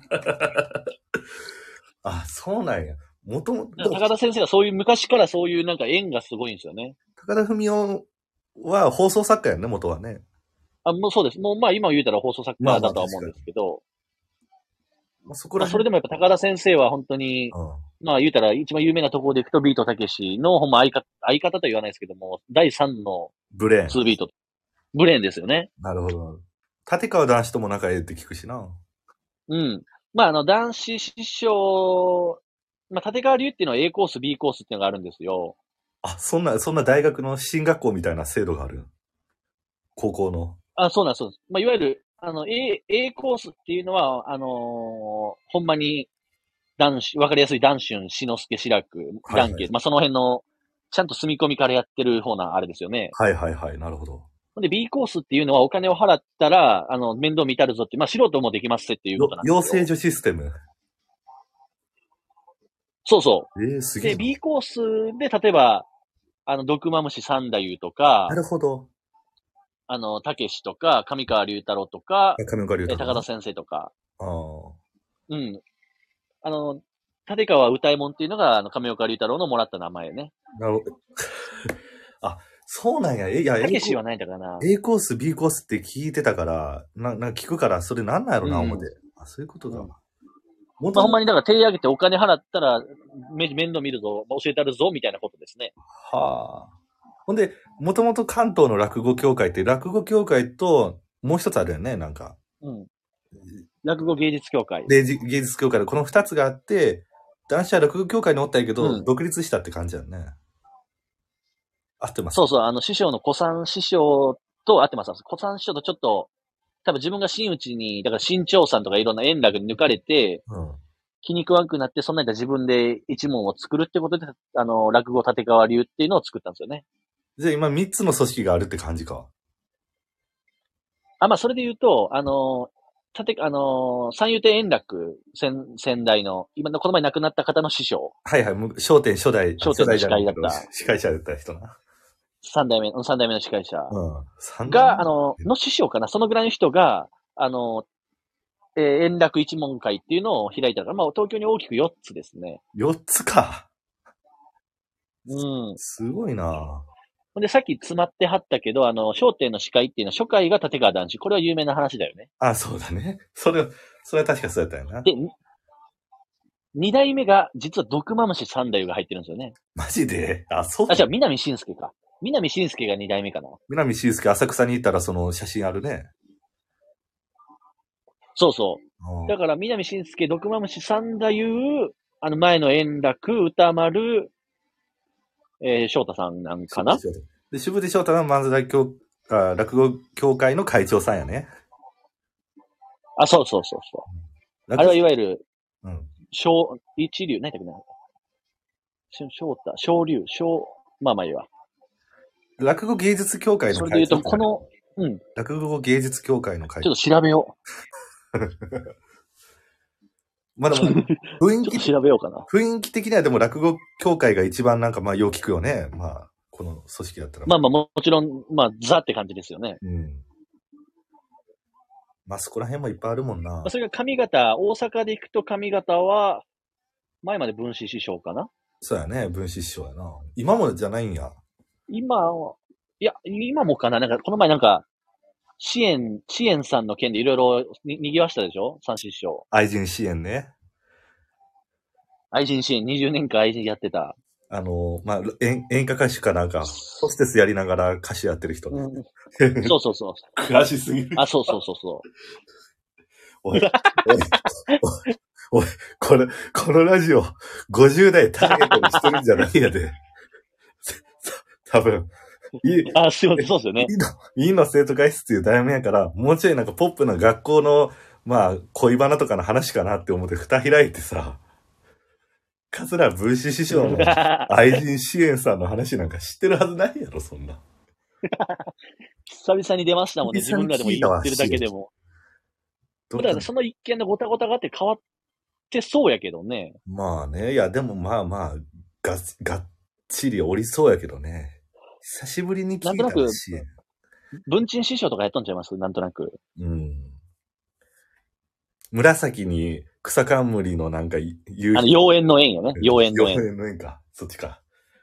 あ、そうなんや。もともと、 高田先生がそういう、昔からそういうなんか縁がすごいんですよね。 高田文夫は放送作家やんね、元はね。 あ、もうそうです。もうまあ今言うたら放送作まあまあ家だとは思うんですけど、 まあ、そこまあそれら辺。 でもやっぱ高田先生は本当に、 うん。 まあ言うたら一番有名なところでいくとビートたけしのほんま相方、相方とは言わないですけども、だいさんのブレーン。 ツービート。ブレーンですよね。 なるほど。立川男子とも仲ええって聞くしな。 うん。まああの男子師匠、まあ立川流っていうのは A コース、B コースっていうのがあるんですよ。 あ、そんな、そんな大学の進学校みたいな制度がある。高校の。 あ、そうなんです、そうです。まあいわゆる、あの A、A コースっていうのは、あのーほんまに男子、わかりやすい男春、志の輔、志らく、 はいはい。 ダンケ、まあ、その辺の、ちゃんと住み込みからやってる方な、あれですよね。 はいはいはい。なるほど。 ほんで B コースっていうのはお金を払ったら、あの、面倒見たるぞって、まあ、素人もできますっていうこよ、 となんですよ。 養成所システム。 そうそええー、すう。で、 げえな。 B コースで、例えば、あの、毒マムシ三太夫とか、 なるほど。 あの、たけしとか、上川隆太郎とか、 上岡龍太郎な。 え高田先生とか、 ああ。 うん。あの、立川歌右衛門っていうのが、あの、上岡龍太郎のもらった名前ね。 なるほど。あ、そうなんや。え、いや、 た A コ、 けしは何だかな。 A コース、B コースって聞いてたから、な、な、聞くから、それなんなんやろな、 うん思って。あ、そういうことか。 うん。まあ、 もとも、 ほんまに、だから手挙げてお金払ったら、め、面倒見るぞ、教えてやるぞ、みたいなことですね。 はあ。ほんで、もともと関東の落語協会って、落語協会と、もう一つあるよね、なんか。 うん。落語芸術協会。 で、じ芸術協会でこの二つがあって、男子は落語協会におったんやけど、 うん。 独立したって感じやんね。合ってますか？ そうそう、あの、師匠の古参師匠と会ってます。古参師匠とちょっと、多分自分が真打ちに、だから新潮さんとかいろんな円楽に抜かれて、 うん。 気に食わんくなって、そんなんやったら自分で一門を作るってことで、あの、落語立川流っていうのを作ったんですよね。 じゃあ今三つの組織があるって感じか。 あ、まあ、それで言うと、あの、立、あの、三遊亭円楽、先、先代の、今のこの前亡くなった方の師匠、 はいはい。む笑点初代、あ初笑点の司代じゃないけど、 会だった司会者だった人な。 三代目、三代目の司会者うん。三代が、あ目の、の師匠かな、そのぐらいの人が、あの、えー円楽一門会っていうのを開いたから、まあ、東京に大きくよっつですね。 四つか。 うん。 すごいな。 ほんで、さっき詰まってはったけど、あの、笑点の司会っていうのは、初回が立川談志。これは有名な話だよね。 あ、そうだね。それ、それは確かそうやったよな。 で、二代目が、実は毒マムシ三代が入ってるんですよね。 マジであ、そうあ、じゃあ、 だ。 南信介か。南信介が二代目かな。 南修介浅草に行ったらその写真あるね。 そうそうう。 ん。 だから、南信介、毒マムシ三太夫、あの、前の円楽、歌丸、えー、翔太さんなんかな。 で、渋手翔太は漫才協、あ、落語協会の会長さんやね。 あ、そうそうそうそう。あ落れはいわゆる、 うん。 小、一流、何だっけな。し翔太、小流、小、まあまあいいわ。 落語芸術協会のそれで言うと、 会長さん。 この、うん、 落語芸術協会の会長。 ちょっと調べよまだまだう。 雰囲気、 ちょっと調べようかな。 雰囲気的にはでも落語協会が一番なんかまあよう聞くよね。まあ、この組織だったら。 まあまあもちろん、まあ、ザって感じですよね。 うん。まあそこら辺もいっぱいあるもんな。 まあ、それが上方、大阪で行くと上方は、前まで文枝師匠かな。 そうやね、分子師匠やな。今もじゃないんや。 今、いや、今もかななんか、この前なんか、支援、支援さんの件でいろいろに、にぎわしたでしょ三師匠。 愛人支援ね。 愛人支援、にじゅうねんかん愛人やってた。 あの、まあ、演、演歌歌手かなんか、ホステスやりながら歌手やってる人ね。 うん、そうそうそう。 詳しすぎる。 あ、そうそうそうそう。 おい、おい、おい、これ、このラジオ、ごじゅう代ターゲットにしてるんじゃないやで。多分。いい、 あ、すいません、そうですよね。 いいの、いいの生徒会室っていう題名やから、もうちょいなんかポップな学校の、まあ、恋バナとかの話かなって思って蓋開いてさ、桂文枝師匠の愛人支援さんの話なんか知ってるはずないやろ、そんな。 久々に出ましたもんね、自分らでも言ってるだけでも。だからその一件のごたごたがあって変わってそうやけどね。 まあね、いやでもまあまあ、が、がっちりおりそうやけどね。久しぶりに聞いたら支援。 文鎮師匠とかやっとんちゃいますなんとなく。 うん。紫に草冠のなんか夕日。あの、妖艶の縁よね。妖艶の縁。 妖艶の縁か。そっちか。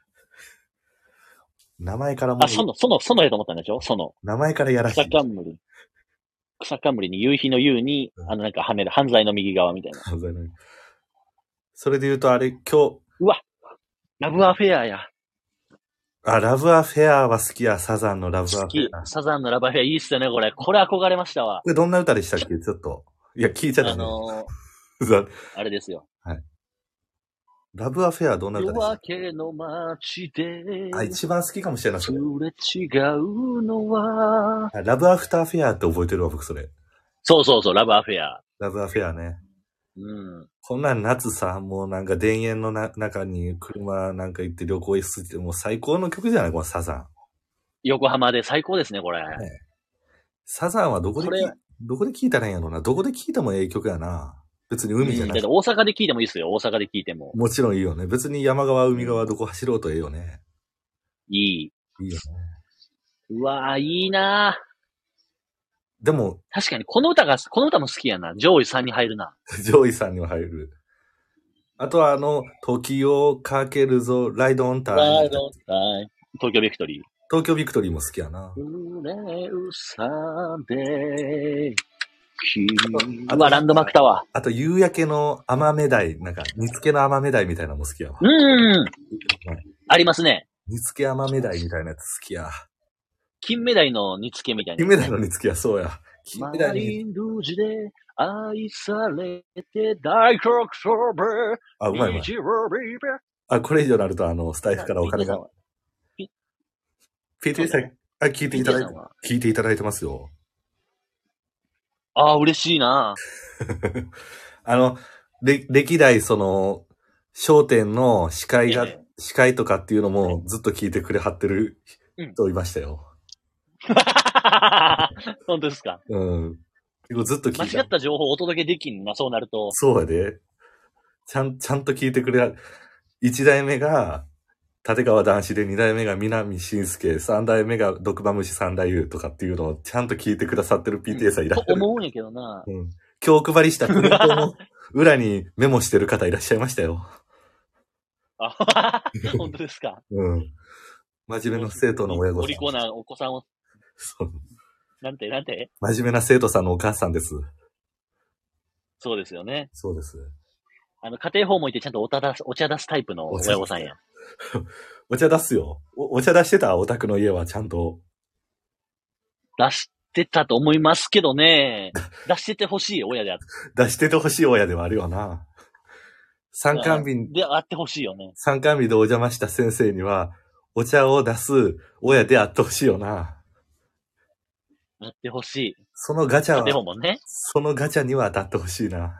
名前からも。 あ、その、その、そのやと思ったんでしょその。 名前からやらしい。 草冠。草冠に夕日の夕に、うん、あのなんか跳ねる、犯罪の右側みたいな。 犯罪の右。それで言うとあれ、今日。 うわラブアフェアや。 あ、ラブアフェアは好きや、サザンのラブアフェア。好き。 サザンのラブアフェアいいっすよね、これ。これ憧れましたわ。 これどんな歌でしたっけちょっと。いや、聞いちゃったね。あのー、あれですよ。 はい。ラブアフェアどんな歌でしたっけ？ 夜明けの街で。 あ、一番好きかもしれない。 すれ違うのは。 ラブアフターフェアって覚えてるわ、僕それ。 そうそうそう、ラブアフェア。 ラブアフェアね。 うん。 こんなん夏さ、もうなんか田園のな中に車なんか行って旅行してて、もう最高の曲じゃないこのサザン。 横浜で最高ですね、これ。ね、 サザンはどこで聞い、どこで聞いたらいいんやろうな。どこで聞いてもええ曲やな。別に海じゃなくて、 うん。大阪で聞いてもいいですよ、大阪で聞いても。 もちろんいいよね。別に山側、海側どこ走ろうとええよね。 いい。 いいよね。 うわぁ、いいなぁ。 でも。 確かに、この歌が、この歌も好きやな。上位さんに入るな。 上位さんには入る。あとはあの、時をかけるぞ、ライドオンタイム。 ライドオンタイム。東京ビクトリー。 東京ビクトリーも好きやな。 うれうさで、君はランドマークタワー。 あと、夕焼けの甘め鯛、なんか、煮付けの甘め鯛みたいなのも好きやわ。 うーん。ありますね。 煮付け甘め鯛みたいなやつ好きや。 金目鯛の煮付けみたいな、 ね。金目鯛の煮付けや、そうや。 金目鯛の。マリンルージュで愛されて大黒そべ。 あ、うまいうまい。あ、これ以上になると、あの、スタイフからお金が。ピーティー さん、あ、聞いていただいて、聞いていただいてますよ。 ああ、嬉しいなあの、歴代その、商店の司会が、ええ、司会とかっていうのもずっと聞いてくれはってる人いましたよ。 うん、本当ですか？ うん。結構ずっと聞いて。 間違った情報をお届けできんな、そうなると。 そうやで。ちゃん、ちゃんと聞いてくれ、一代目が、立川談志で二代目が南信介、三代目が毒馬虫三代優とかっていうのをちゃんと聞いてくださってる ピーティー さんいらっしゃる。 うん、と思うんやけどな。 うん。今日配りしたプリントの裏にメモしてる方いらっしゃいましたよ。 あ、本当ですか？ うん。真面目な生徒の親御さん。 お利口なお子さんを。 そう。 なんて、なんて？ 真面目な生徒さんのお母さんです。 そうですよね。 そうです。 あの、家庭訪問行ってちゃんとお茶出す、お茶出すタイプの親御さんや。 お茶出すよ。お、お茶出してたお宅の家はちゃんと。 出してたと思いますけどね。出しててほしい親であって。 出しててほしい親ではあるよな。参観日であってほしいよね。 参観日でお邪魔した先生には、お茶を出す親であってほしいよな。 あってほしい。 そのガチャは、 家庭訪問ね。 そのガチャには当たってほしいな。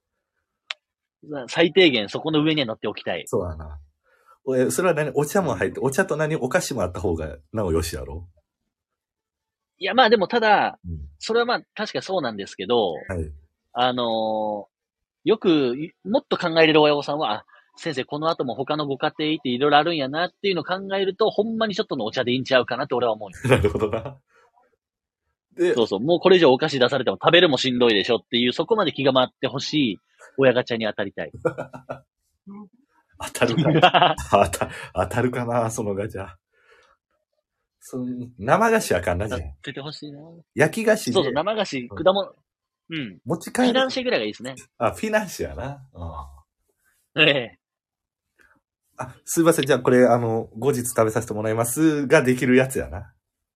最低限そこの上には乗っておきたい。 そうだな。それは何お茶も入って、お茶と何お菓子もあった方がなおよしやろ。 いや、まあでもただ、うん、それはまあ確かそうなんですけど、 はい、 あのー、よく、もっと考えれる親御さんは、あ、先生この後も他のご家庭っていろいろあるんやなっていうのを考えると、ほんまにちょっとのお茶でいいんちゃうかなって俺は思う。 なるほどな。 で、そうそう、もうこれ以上お菓子出されても食べるもしんどいでしょっていう、そこまで気が回ってほしい親ガチャに当たりたい。 当たるかな当た、当たるかなそのガチャ。その生菓子あかんな、じゃん。 当たっててほしいな。 焼き菓子で。 そうそう、生菓子、果物。うん。 持ち帰る。 フィナンシェぐらいがいいですね。 あ、フィナンシェやな。うん。 ええ。 あ、すいません。じゃあこれ、あの、後日食べさせてもらいますができるやつやな。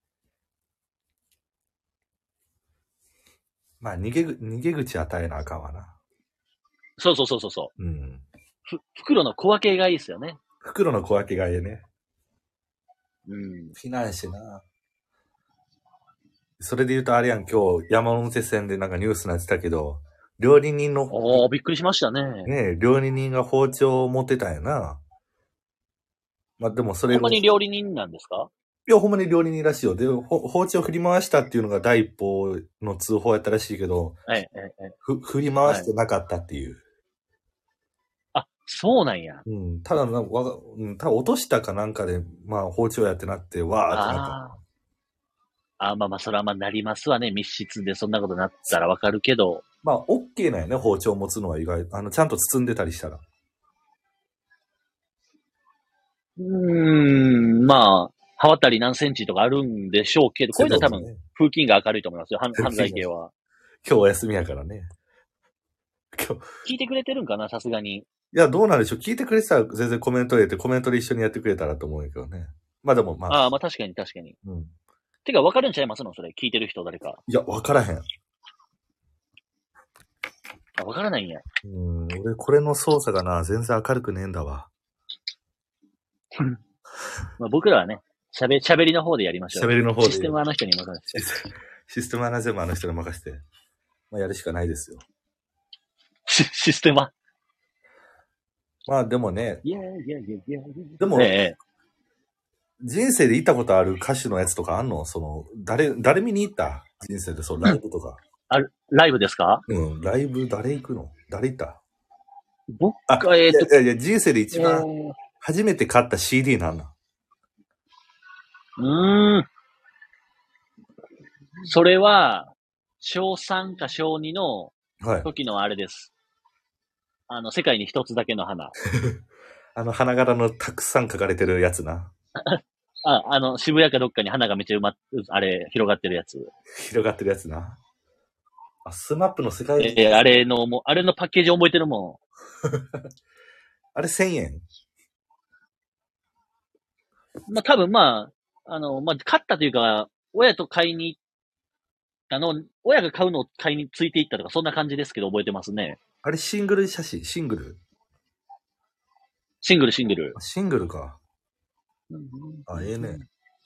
まあ、逃げぐ、逃げ口与えなあかんわな。 そうそうそうそうそう。 うん。 ふ、袋の小分けがいいですよね。 袋の小分けがええね。 うん。 フィナンシェな。それで言うとあれやん、今日山手線でなんかニュースになってたけど、料理人の、 おー、びっくりしましたね。 ね、料理人が包丁を持ってたんやな。まあでもそれを。 ほんまに料理人なんですか？ いや、ほんまに料理人らしいよ。で、包丁振り回したっていうのが第一報の通報やったらしいけど、 ええ、ええ、ええ。 ふ、振り回してなかったっていう。 はい、あ、そうなんや。 うん。ただな、わ、うん、ただ落としたかなんかで、まあ包丁やってなって、わーってなった。 ああ。あ、まあまあ、それはまあなりますわね。密室でそんなことなったらわかるけど。 まあ、オッケーなんやね、包丁持つのは意外。あの、ちゃんと包んでたりしたら。 うーん、まあ、刃渡り何センチとかあるんでしょうけど、こういうのは多分、風景が明るいと思いますよ。犯罪系は。 今日お休みやからね。 今日。聞いてくれてるんかな、さすがに。 いや、どうなんでしょう。聞いてくれてたら全然コメント入れて、コメントで一緒にやってくれたらと思うんやけどね。まあでもまあ。 ああ、まあ確かに確かに。 うん。 てか、わかるんちゃいますのそれ。聞いてる人誰か。 いや、わからへん。 あ、わからないんや。 うん、俺これの操作がな、全然明るくねえんだわ。 まあ僕らはね、喋、喋りの方でやりましょう。 喋りの方で。 システムあの人に任せて。 システムはなぜもあの人に任せて。まあやるしかないですよ。 シ、システムはまあでもね。 いやいやいやいや。 でも、 ええ、 人生で行ったことある歌手のやつとかあんのその、誰、誰見に行った人生で、そう、ライブとか。 あ、ライブですか？ うん、ライブ誰行くの誰行った僕あ、 は、えっ、ー、と。 いやいや、人生で一番、 えー、 初めて買った シーディー なんだうーん。それは、小さんか小にの時のあれです。はい、あの、世界に一つだけの花。 あの花柄のたくさん書かれてるやつな。 あ、あの、渋谷かどっかに花がめっちゃ埋まっ、あれ、広がってるやつ。 広がってるやつな。あ、スマップの世界えー、あれの、もう、あれのパッケージ覚えてるもん。 あれせんえんまあ、多分まあ、あの、まあ、買ったというか、親と買いに行ったの、親が買うのを買いについていったとか、そんな感じですけど覚えてますね。 あれシングル写真シングルシングルシングル。 シングルか。あ、ええね。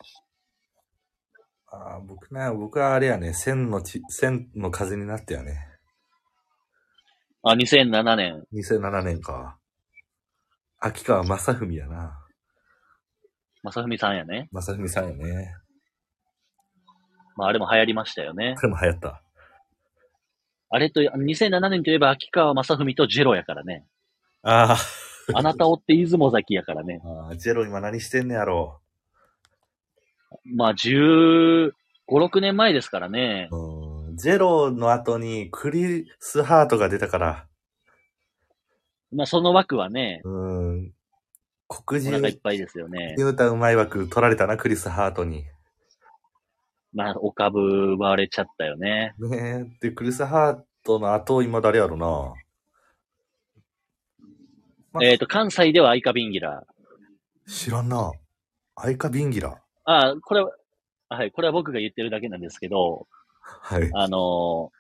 あ、僕ね、僕はあれやね、千のち、千の風になってやね。 あ、にせんななねん。 にせんななねんか。秋川正文やな。 正文さんやね。 正文さんやね。 まあ、あれも流行りましたよね。 あれも流行った。 あれと、にせんななねんといえば秋川正文とジェロやからね。 ああ。 あなたおって出雲崎やからね。 ああ、ジェロ今何してんねやろう。まあ、じゅうご、ろくねんまえですからね。 うん。ジェロの後にクリス・ハートが出たから。 まあ、その枠はね。 うん。黒人。 お腹いっぱいですよね。 歌うまい枠取られたな、クリス・ハートに。 まあ、お株奪われちゃったよね。 ねえ。で、クリス・ハートの後、今誰やろな。 まあ、えっ、ー、と、関西ではアイカビンギラ。 知らんな。アイカビンギラ。 ああ、これは、はい、これは僕が言ってるだけなんですけど、 はい。 あのー、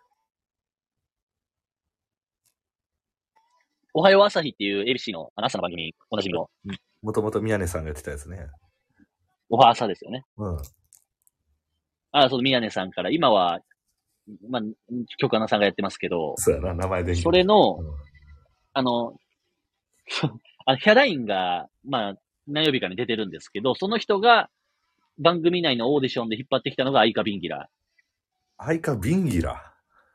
おはよう朝日っていう エービーシー の朝の番組、おなじみの。 もともと宮根さんがやってたやつね。 おは朝ですよね。 うん。 ああ、その宮根さんから、今は、まあ、曲穴さんがやってますけど、 そうやな、名前で。 それの、 うん、 あの、あのヒャダインが、まあ、何曜日かに出てるんですけど、その人が番組内のオーディションで引っ張ってきたのがアイカビンギラ。 アイカビンギラ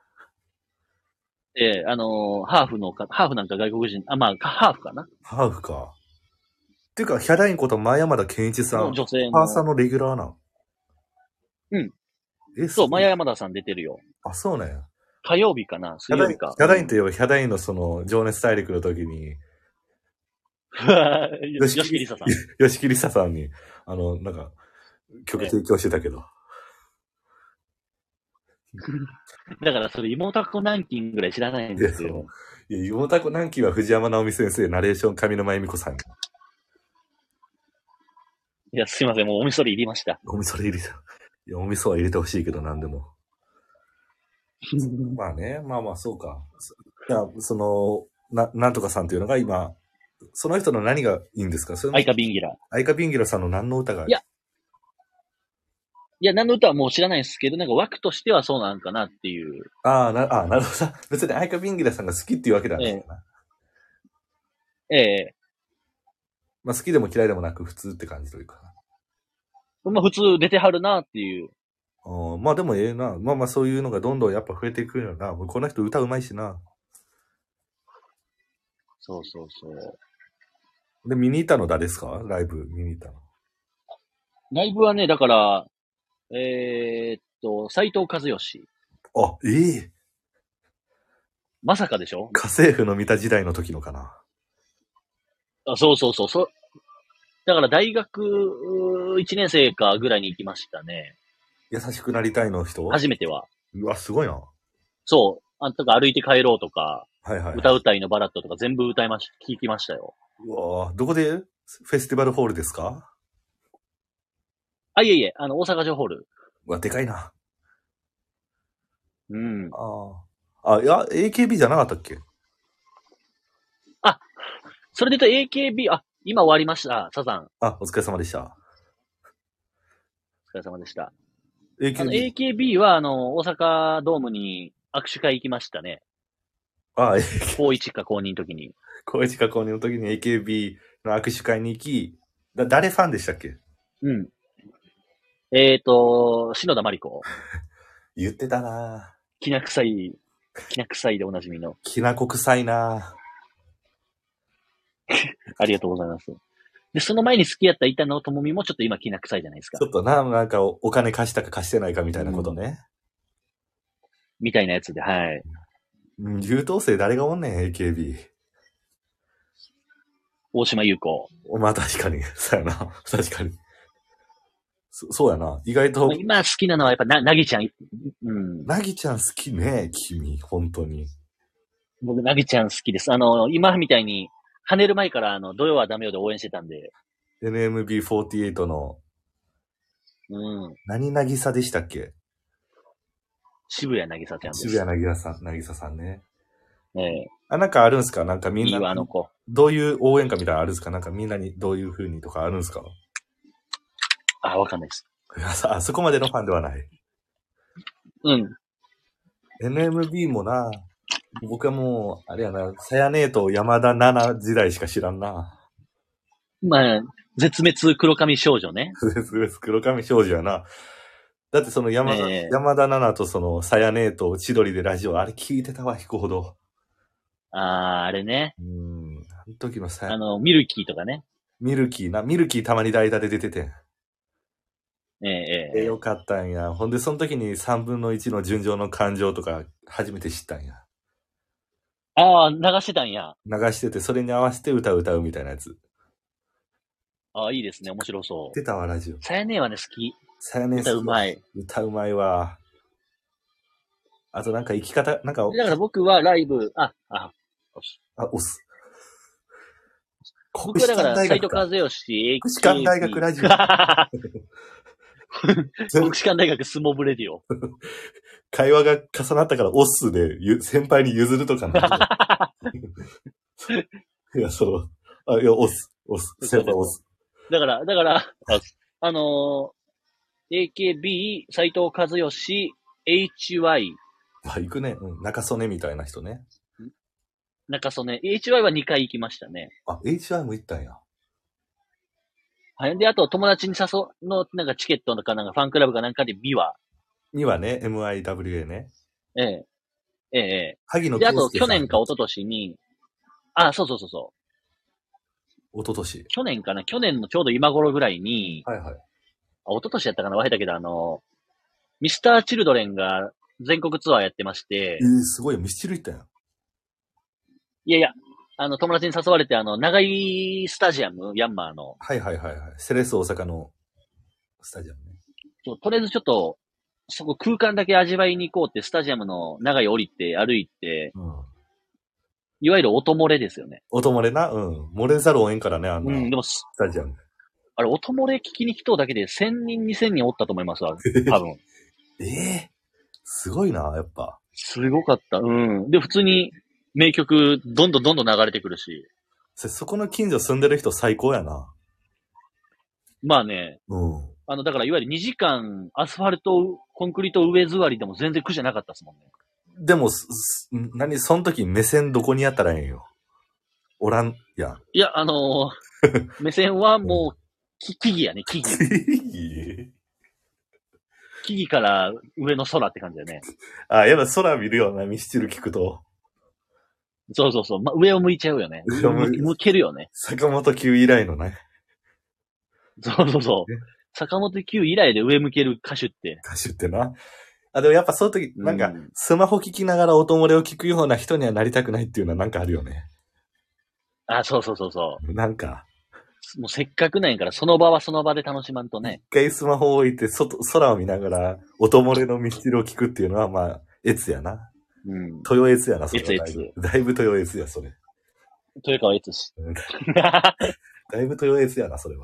えー、あのー、ハーフのか、ハーフなんか外国人、あ、まあ、ハーフかな。 ハーフか。っていうか、ヒャダインこと前山田健一さん。 女性の。 パーサーのレギュラーな。 うん。 え、 そう、前山田さん出てるよ。 あ、そうなんや。 火曜日かな水曜日か。 ヒャダインといえばヒャダインとその、情熱大陸の時に、 よしきりささん。 よしきりささんに、あの、なんか、曲提供してたけど。 だからそれ、妹子ランキングぐらい知らないんですよ。 いや、妹子南紀は藤山直美先生、ナレーション上沼恵美子さん。 いや、すいません、もうおみそれ入りました。 おみそれ入れた。いや、おみそは入れてほしいけど、なんでも。まあね、まあまあ、そうか。いや、その、な、なんとかさんっていうのが今、その人の何がいいんですか？それアイカビンギラ。 アイカビンギラさんの何の歌がいや、いや、何の歌はもう知らないですけど、なんか枠としてはそうなんかなっていう。 ああ、な、ああ、なるほど。別にアイカビンギラさんが好きっていうわけではないかな。 ええ。ええ。 まあ好きでも嫌いでもなく普通って感じというか。 まあ普通出てはるなっていう。 あまあでもええな。まあまあそういうのがどんどんやっぱ増えていくよな。もうこの人歌うまいしな。 そうそうそう。 で、見に行ったの誰ですか？ライブ見に行ったの。 ライブはね、だから、えー、っと、斎藤和義。 あ、ええまさかでしょ？ 家政婦の見た時代の時のかな。 あ、そうそうそう。そだから大学いちねん生かぐらいに行きましたね。 優しくなりたいの人？ 初めては。 うわ、すごいな。 そう。あんたが歩いて帰ろうとか、 はいはい。 歌うたいのバラッドとか全部歌いまし、聞きましたよ。 うわどこでフェスティバルホールですか？ あ、いえいえ、あの、大阪城ホール。 うわ、でかいな。 うん。 ああ。あ、いや、エーケービー じゃなかったっけ？ あ、それで言うと エーケービー、あ、今終わりました、サザン。 あ、お疲れ様でした。 お疲れ様でした。あの、 エーケービー。 エーケービー は、あの、大阪ドームに握手会行きましたね。 ああ、エーケービー。 高いちか高にの時に。 高一か高二の時に エーケービー の握手会に行き、だ、誰ファンでしたっけ？ うん。えーと、篠田麻里子。 言ってたなぁ。 きな臭い、きな臭いでおなじみの。 きなこ臭いなぁ。 ありがとうございます。で、その前に好きやった板野友美もちょっと今きな臭いじゃないですか。 ちょっとな、なんかお金貸したか貸してないかみたいなことね。 みたいなやつで、はい。 うん、優等生誰がおんねん、エーケービー。 大島優子。 まあ確かに。そうやな。確かに。そそうやな。意外と。 今好きなのはやっぱな、なぎちゃん。うん。 なぎちゃん好きね、君。本当に。 僕、なぎちゃん好きです。あの、今みたいに、跳ねる前からあの、土曜はダメよで応援してたんで。 エヌエムビーフォーティーエイト の、 うん。 何なぎさでしたっけ？ 渋谷なぎさちゃんです。 渋谷なぎささん、なぎささんね。 ええあ、なんかあるんすか？なんかみんな。 いいわ、あの子。 どういう応援歌みたいなのあるんすか？なんかみんなにどういう風にとかあるんすか？ あ、わかんないです。 あ、そこまでのファンではない。 うん。 エヌエムビー もな、僕はもう、あれやな、さやねえと山田奈々時代しか知らんな。 まあ、絶滅黒髪少女ね。 絶滅黒髪少女やな。だってその山田、 えー、 山田奈々とそのさやねえと千鳥でラジオ、あれ聞いてたわ、引くほど。 あー、あれね。 うーん、あの時のさや、 あの、ミルキーとかね。 ミルキーな、ミルキーたまに代打で出ててん。 えー、えー、 え、よかったんや。ほんで、その時にさんぶんのいちの純情の感情とか初めて知ったんや。 ああ、流してたんや。 流してて、それに合わせて歌う歌うみたいなやつ。 ああ、いいですね。面白そう。 出たわ、ラジオ。 さやねえはね、好き。 さやね歌うまい。 歌うまいわ。あとなんか生き方、なんか、 だから僕はライブ、あ、あ、 あ、押す。 僕はだから、斎藤和義、 国士舘大学ラジオ。 国士舘大学スモブレディオ。 会話が重なったから、オスで先輩に譲るとかな。いや、その、あ、いや、オス、オス、先輩オス。 だから、だから、あ、あのー、エーケービー、斎藤和義、エイチワイ。 あ、行くね。うん。中曽根みたいな人ね。 中曽根。エイチワイ はにかい行きましたね。 あ、エイチワイ も行ったんや。 はい。で、あと、友達に誘うの、なんかチケットとか、なんかファンクラブかなんかでビワ。 にはね、エムアイダブリューエー ね。 ええ。ええ。 萩野で、あと、 公介さん。 去年か一昨年に、あ、そうそうそうそう。 一昨年。 去年かな去年のちょうど今頃ぐらいに、 はいはい。 あ、一昨年やったかな忘れたけど、あの、ミスター・チルドレンが全国ツアーやってまして。 えー、すごい、ミスチル行ったやん。 いやいや、 あの、友達に誘われて、あの、長井スタジアム、ヤンマーの、 はいはいはいはい。セレッソ大阪のスタジアムね。 そうとりあえずちょっと、そこ空間だけ味わいに行こうって、スタジアムの長井降りて、歩いて、 うん。 いわゆる音漏れですよね。 音漏れな、うん。漏れざるを得んからね、あんな、 うん、でも、 スタジアム。 あれ、音漏れ聞きに来とうだけでせんにん、にせんにんおったと思いますわ。多分。 ええー、すごいな、やっぱ。 すごかった。うん。で、普通に名曲、どんどんどんどん流れてくるし。 そ、そこの近所住んでる人最高やな。 まあね、 うん。 あの、だからいわゆるにじかんアスファルト、コンクリート上座りでも全然苦じゃなかったですもんね。 でも、すす何、その時目線どこにやったらええんよ。おらん、いや。 いや、あのー目線はもう、き木々やね、木々。木々から上の空って感じだよね。 あ、やっぱ空見るような、ミスチル聞くと。 そうそうそう。まあ、上を向いちゃうよね。上を向向けるよね。 坂本九以来のね。 そうそうそう。坂本九以来で上向ける歌手って。 歌手ってな。あ、でもやっぱその時、なんか、スマホ聞きながら音漏れを聞くような人にはなりたくないっていうのはなんかあるよね。 あ、そうそうそうそう。 なんか。 もうせっかくなんやから、その場はその場で楽しまんとね。 一回スマホを置いて、外、空を見ながら、音漏れのミスチルを聞くっていうのは、まあ、越やな。 うん。 豊越やな、それは。 越越。 だいぶ豊越や、それ。 豊川越し。 だいぶ豊越やな、それは。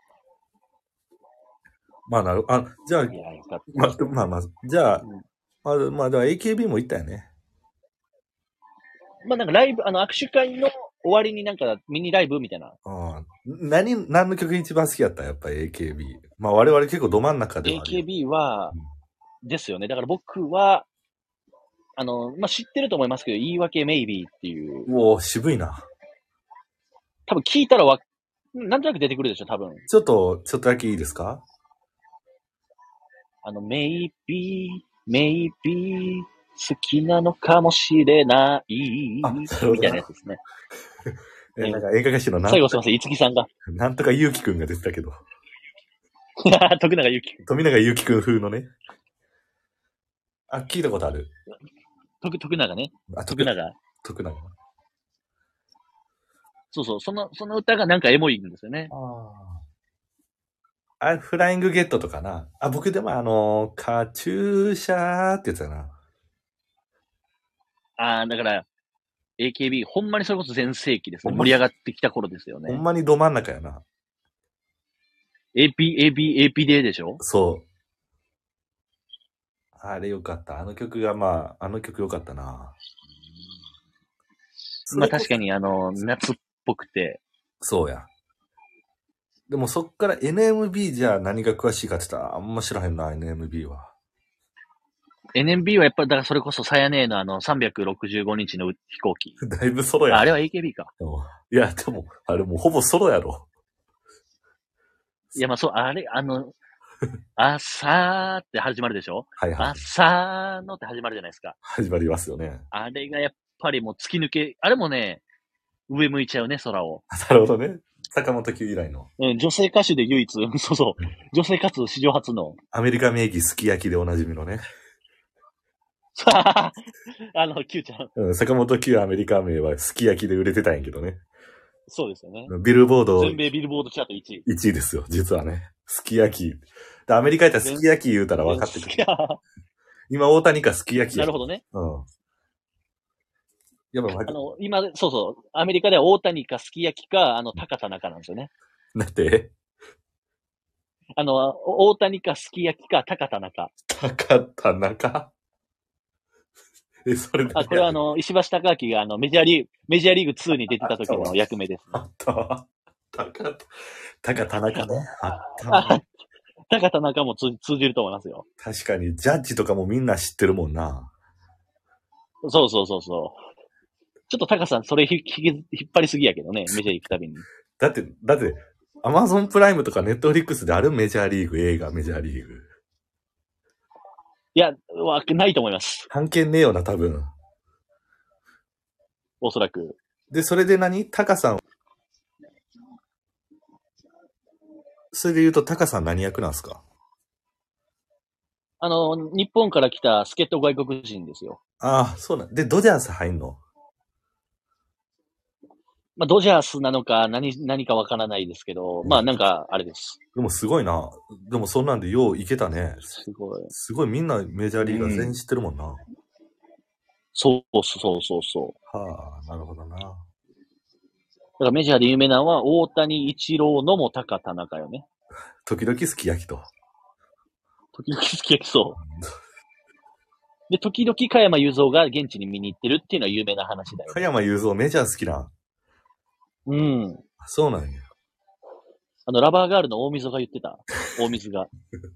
まあなる、あ、じゃあ、 いや、よかった。 まあ、まあまあ、じゃあ、うん、まあ、まあ、では エーケービー も行ったよね。 まあなんかライブ、あの、握手会の終わりになんかミニライブみたいな。 ああ。何、何の曲一番好きやったやっぱり エーケービー。まあ我々結構ど真ん中ではある。 エーケービー は、うん、ですよね。だから僕は、あの、まあ知ってると思いますけど、言い訳メイビーっていう。 おお、渋いな。 多分聞いたらわ、なんとなく出てくるでしょ、多分。 ちょっと、ちょっとだけいいですか？ あの、メイビー、メイビー、好きなのかもしれない。あ、みたいなやつですね。 え、なんか映画歌手のなん最後すいません、五木さんが。 なんとかゆうきくんが出てたけど。 徳永ゆうきくん。 富永ゆうきくん風のね。あ、聞いたことある。 徳、徳永ね。あ、徳永。 徳永。 そうそう、その、その歌がなんかエモいんですよね。 ああ。あ、フライングゲットとかな。あ、僕でもあの、カチューシャーってやつやな。 ああ、だから、エーケービー、ほんまにそれこそ全盛期ですね。盛り上がってきた頃ですよね。 ほんまにど真ん中やな。 エーピー、エーピー、エーピー デーでしょ？ そう。あれよかった。あの曲がまあ、あの曲よかったな。 まあ確かにあの、夏っぽくて。 そうや。でもそっから エヌエムビー じゃ何が詳しいかって言ったらあんま知らへんな、エヌエムビー は。 エヌエムビー はやっぱり、だからそれこそさやねえのあのさんびゃくろくじゅうごにちの飛行機。 だいぶソロや。 あ, あれは エーケービー か。 いや、でも、あれもうほぼソロやろ。 いや、まあそう、あれ、あの、朝って始まるでしょ？ はいはい。 朝のって始まるじゃないですか。 始まりますよね。 あれがやっぱりもう突き抜け、あれもね、上向いちゃうね、空を。 なるほどね。坂本九以来の。 うん、女性歌手で唯一、そうそう、女性かつ史上初の。 アメリカ名義すき焼きでおなじみのね。 あの、Q ちゃん。 うん、坂本九アメリカ名はすき焼きで売れてたんやけどね。 そうですよね。 ビルボード。 全米ビルボードチャートいちい。 いちいですよ、実はね。すき焼き。でアメリカやったらすき焼き言うたら分かってくる。今、大谷かすき焼きや。 なるほどね。 うん。やっぱ、 あの、今、そうそう、アメリカでは大谷かすき焼きか、あの、高田中なんですよね。 なんてあの、大谷かすき焼きか高田中。 高田中え、それあ、これはあの、石橋貴明があの、メジャーリーグ、メジャーリーグツーに出てた時の役目です、ね。 あったわ。高田、高田中ね。あったわ。 高田中も通じると思いますよ。 確かに、ジャッジとかもみんな知ってるもんな。 そうそうそうそう。ちょっと高さん、それ引引っ張りすぎやけどね、メジャー行くたびに。 だって、だって、アマゾンプライムとかネットフリックスであるメジャーリーグ、映画、メジャーリーグ。 いや、わ、ないと思います。 関係ねえよな、多分。 おそらく。 で、それで何タカさん。それで言うと、タカさん何役なんですか？ あの、日本から来た助っ人外国人ですよ。 ああ、そうなん。で、ドジャース入んの？ まあ、ドジャースなのか何、何かわからないですけど、まあ、なんか、あれです。 でもすごいな。でもそんなんでよういけたね。 すごい。 すごいみんなメジャーリーガー全員知ってるもんな。 そうそうそうそう。 はあ、なるほどな。 だからメジャーで有名なのは、大谷、イチロー、野茂、タカ、田中よね。 時々すき焼きと。 時々すき焼きそう。で、時々加山雄三が現地に見に行ってるっていうのは有名な話だよ、ね。 加山雄三メジャー好きな。 うん。 そうなんや。 あの、ラバーガールの大水が言ってた。大水が。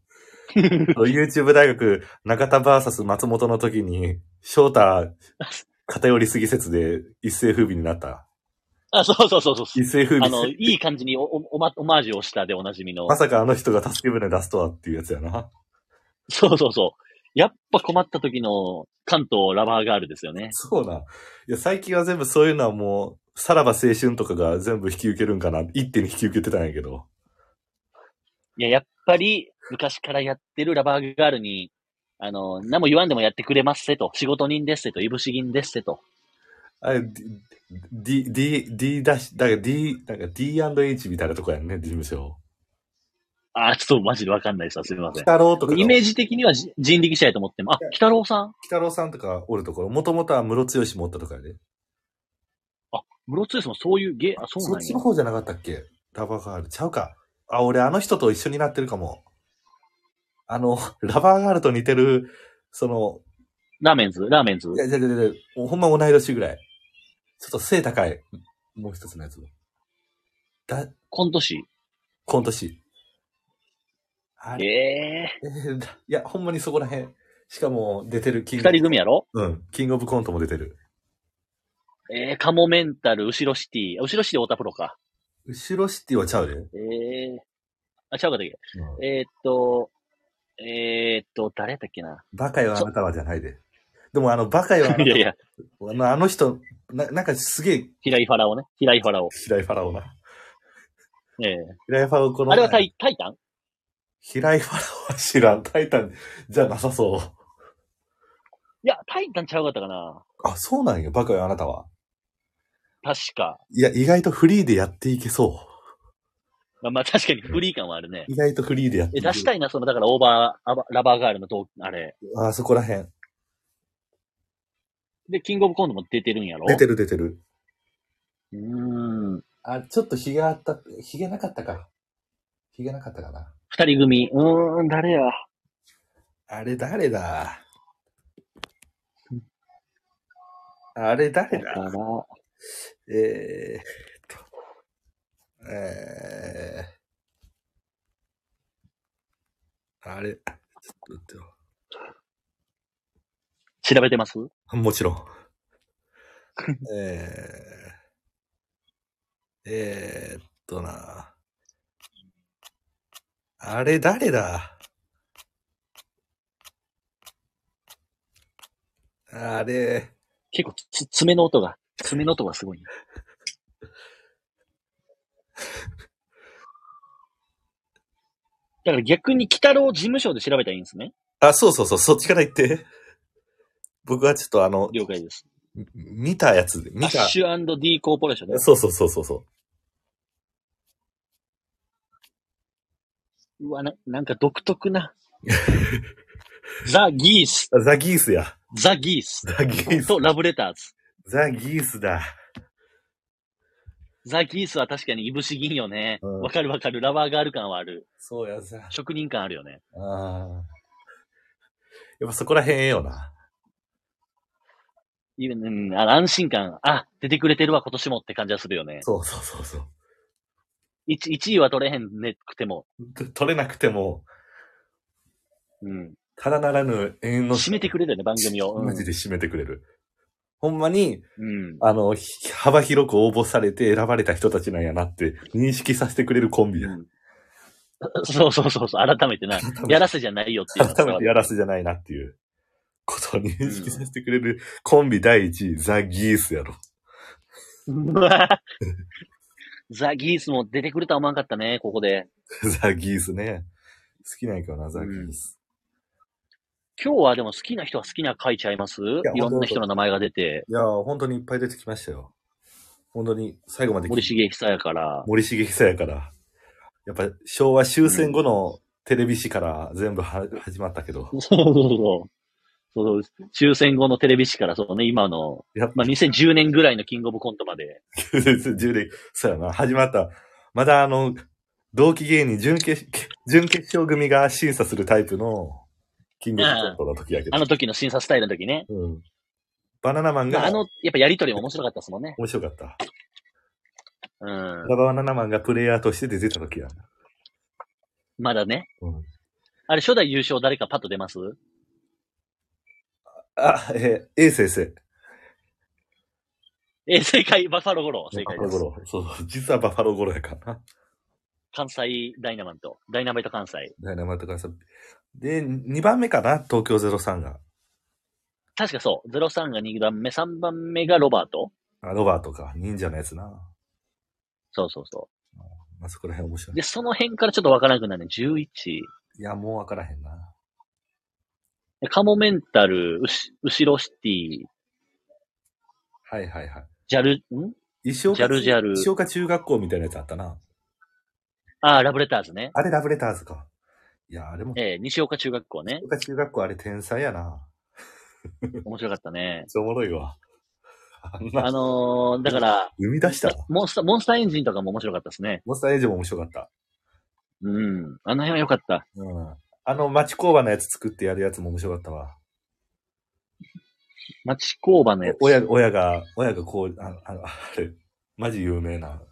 YouTube 大学中田 ブイエス 松本の時に、翔太偏りすぎ説で一世風靡になった。 あ、そうそうそうそう。 一世風靡。 あの、いい感じにお、お、おま、オマージュをしたでおなじみの。 まさかあの人が助け舟出すとはっていうやつやな。 そうそうそう。やっぱ困った時の関東ラバーガールですよね。 そうな。いや、最近は全部そういうのはもう、さらば青春とかが全部引き受けるんかな。一手に引き受けてたんやけど。 いや、やっぱり昔からやってるラバーガールに、あの、何も言わんでもやってくれますせと。仕事人ですせと。いぶし銀ですせと。 あれ、D、D、D ダッシュ、だから D、なんか ディーアンドエイチ みたいなとこやんね、事務所。 あ、ちょっとマジでわかんないさ。すみません。 北郎とか。 イメージ的には人力車やと思っても、あ、北郎さん北郎さんとかおるところ、もともとは室強し持ったとかやで。 あ、室津もそういう芸、あ、そうなんや。 そっちの方じゃなかったっけラバーガール。ちゃうか。あ、俺あの人と一緒になってるかも。あの、ラバーガールと似てる、その、 ラーメンズラーメンズいやいやいやいや、ほんま同い年ぐらい。ちょっと背高い。もう一つのやつ。だ、 コント師コント師。あれ、 えええーだいや、ほんまにそこら辺。しかも、出てるキー。 ングオブ。 二人組やろうん。キングオブコントも出てる。 ええー、カモメンタル、後ろシティ。後ろシティ太田プロか。 後ろシティはちゃうで。 ええー。あ、ちゃうかったっけ、 うん、 えー、っと、えー、っと、誰やったっけな。 バカよあなたはじゃないで。でもあの、バカよあなたは。 いやいや、 あの、あの人、な、なんかすげえ。 平井ファラオね。平井ファラオ。 平井ファラオな。 ええー。 平井ファラオこの。 あれはタイタイタン平井ファラオは知らん。タイタンじゃなさそう。 いや、タイタンちゃうかったかな。 あ、そうなんよ。バカよあなたは。 確か。 いや、意外とフリーでやっていけそう。 まあ、まあ、確かにフリー感はあるね。 意外とフリーでやっていえ、 ける。 出したいな、その、だからオーバー、アバラバーガールのと、あれ。 あ、そこら辺。 で、キングオブコントも出てるんやろ出てる出てる。 うーん。 あ、ちょっとヒゲあった、ヒゲなかったか。ヒゲなかったかな。 二人組。うーん、誰や。 あれ誰だあれ誰だだから、 えーっと、えー、あれ、ちょっと待ってよ。 調べてますもちろん。えー、えーっとな。あれ誰だあれ。 結構つ、爪の音が、爪の音がすごい、ね。だから逆に北郎事務所で調べたらいいんですね。 あ、そうそうそう、そっちから言って。僕はちょっとあの、 了解です。 見たやつで、見た。 アッシュ &D コーポレーションね。 そうそうそうそうそう。 うわ、な、なんか独特な。ザ・ギース。 ザ・ギースや。 ザ・ギース。 ザ・ギース。 と、ラブレターズ。 ザ・ギースだ。 ザ・ギースは確かにいぶし銀よね。わ、うん、かるわかる。ラバーガール感はある。 そうやさ。 職人感あるよね。 ああ。やっぱそこら辺ええよな。 いい、うん、あの安心感。あ、出てくれてるわ、今年もって感じはするよね。 そうそうそうそう。 いち、いちいは取れへんねくても。 取れなくても。 うん。 ただならぬ永遠の。 締めてくれるよね、番組を。 うん、マジで締めてくれる。ほんまに、 うん、 あの、幅広く応募されて選ばれた人たちなんやなって認識させてくれるコンビや。うん、 そうそうそうそう、改めてな。やらせじゃないよっていう。 改めてやらせじゃないなっていうことを認識させてくれるコンビ第一位、ザ・ギースやろ。 ザ・ギースも出てくるとは思わんかったね、ここで。 ザ・ギースね。好きなんやけどな、ザ・ギース。 今日はでも好きな人は好きな書いちゃいます？ い, いろんな人の名前が出て。 いや、本当にいっぱい出てきましたよ。 本当に最後まで森重久やから。 森重久やから。やっぱ昭和終戦後のテレビ史から全部は、うん、始まったけど。 そうそうそう。そう終戦後のテレビ史からそうね、今の、まあ、にせんじゅうねんぐらいのキングオブコントまで。 じゅうねん、そうやな、始まった。まだあの、同期芸人準決、準決勝組が審査するタイプのキングオブコントの時やけど。 あの時の審査スタイルの時ね。 うん。バナナマンが。 まあ、あの、やっぱやりとりも面白かったですもんね。 面白かった。 うん。 バナナマンがプレイヤーとして出てた時やな。 まだね。 うん。 あれ、初代優勝誰かパッと出ます？ あ、えー、A 先生。 えー、正解、バファローゴロー。正解です。 バファローゴロー。そう、実はバファローゴローやからな。 関西ダイナマント。ダイナマイト関西。 ダイナマイト関西。で、にばんめかな、東京ゼロさんが。 確かそう。ゼロさんがにばんめ、さんばんめがロバート。 あ、ロバートか。忍者のやつな。 そうそうそう。 まあ、そこら辺面白い。 で、その辺からちょっとわからなくなるね。じゅういち。 いや、もうわからへんな。 カモメンタル、うし、後ろシティ。 はいはいはい。 ジャル、ん石岡ジャルジャル。 石岡中学校みたいなやつあったな。 ああ、ラブレターズね。 あれラブレターズか。いや、あれも。 ええー、西岡中学校ね。 西岡中学校あれ天才やな。 面白かったね。 おもろいわ。 あのー、だから、 生み出したモンスター、モンスターエンジンとかも面白かったですね。 モンスターエンジンも面白かった。 うん。あの辺は良かった。 うん。あの町工場のやつ作ってやるやつも面白かったわ。 町工場のやつ。 親、親が、親がこう、あの、あの、あれ、マジ有名な。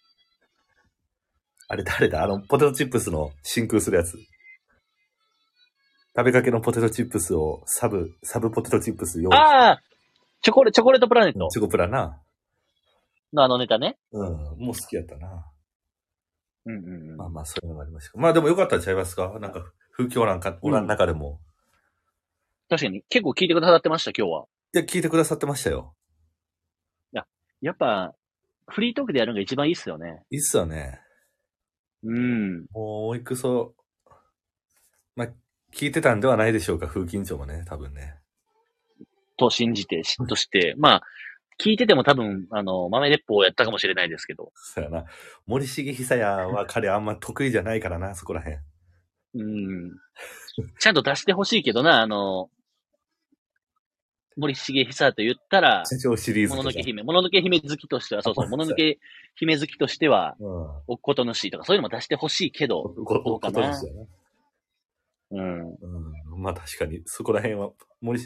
あれ誰だあの、ポテトチップスの真空するやつ。食べかけのポテトチップスをサブ、サブポテトチップス用意。 ああチョコレ、チョコレートプラネット。 チョコプラな。 のあのネタね。 うん、もう好きやったな。 うんうんうん。 まあまあ、そういうのがありました。まあでもよかったんちゃいますか？なんか、風況なんか、おらん中でも、うん。 確かに、結構聞いてくださってました、今日は。 いや、聞いてくださってましたよ。 いや、やっぱ、フリートークでやるのが一番いいっすよね。 いいっすよね。 うん。 もう、いくそ、まあ、聞いてたんではないでしょうか、風緊張もね、多分ね。 と信じて、嫉妬して、まあ、聞いてても多分、あの、豆鉄砲をやったかもしれないですけど。 そうやな。森重久也は彼あんま得意じゃないからな、そこらへん。 うん。ちゃんと出してほしいけどな、あの、森重久也と言ったら、 社長シリーズ。 もののけ姫。もののけ姫好きとしては、そうそう、もののけ姫好きとしては、うん、おことぬしとか、そういうのも出してほしいけど、どうかな。うん。 うん。まあ確かに、そこら辺は、森、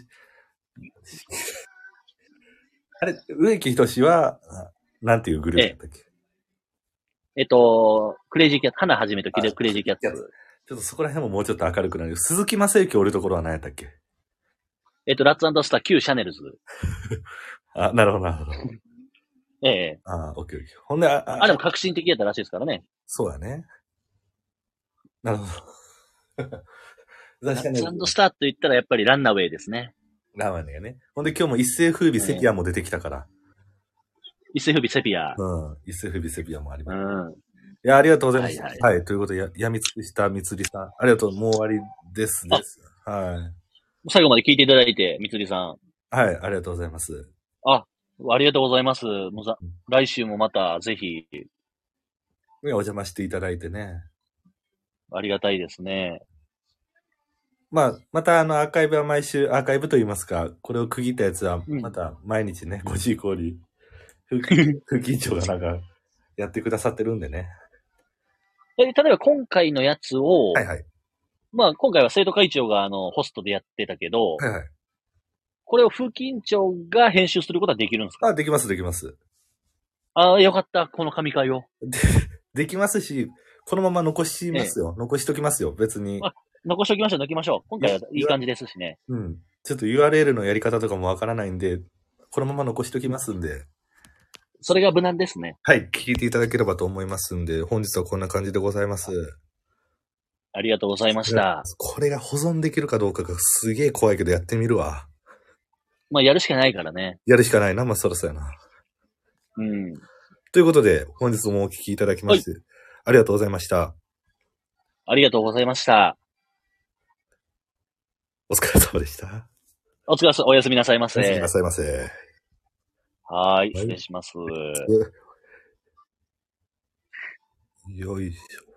あれ、植木仁は、なんていうグループだったっけ？ えっと、クレイジーキャッツ、花はじめとクレイジーキャッツ。 ちょっとそこら辺ももうちょっと明るくなる。鈴木正幸おるところは何やったっけ？ えっと、ラッツ&スター、旧シャネルズ。 あ、なるほど、なるほど。 ええ。 ああ、オッケーオッケー。ほんで、あ、 あ、あれも革新的やったらしいですからね。 そうやね。なるほど。 ラッツ&スターと言ったらやっぱりランナウェイですね。 ランナウェイね。ほんで今日も一世風靡セピアも出てきたから。 一世風靡セピア。 うん。一世風靡セピアもあります。 うん。 いや、ありがとうございます。 はい、はい、 はい。ということで、や、やみつくしたみつりさん。ありがとう。もう終わりですです。はい。 最後まで聞いていただいて、みつりさん。 はい。ありがとうございます。 あ、ありがとうございます。もうざ、来週もまた、ぜひ。 お邪魔していただいてね。 ありがたいですね。 まあ、またあの、アーカイブは毎週、アーカイブと言いますか、これを区切ったやつは、また毎日ね、うん、ごじ以降に、風紀長がなんか、やってくださってるんでね。 え、例えば今回のやつを、 はいはい。 まあ今回は生徒会長があの、ホストでやってたけど、 はいはい。 これを風紀長が編集することはできるんですか？ あ、できますできます。 ああ、よかった、この神回を。 で、できますし、このまま残しますよ。ええ、残しときますよ、別に。 あ、残しときましょう、抜きましょう。今回はいい感じですしね。 うん。ちょっと ユーアールエル のやり方とかもわからないんで、このまま残しときますんで。 それが無難ですね。 はい。聞いていただければと思いますんで、本日はこんな感じでございます。 ありがとうございました。 これが保存できるかどうかがすげえ怖いけどやってみるわ。 まあ、やるしかないからね。 やるしかないな。まあ、そろそろやな。 うん。 ということで、本日もお聞きいただきまして、はい、ありがとうございました。 ありがとうございました。 お疲れ様でした。 お疲れ様、おやすみなさいませ。 おやすみなさいませ。 はーい、失礼します。 よいしょ。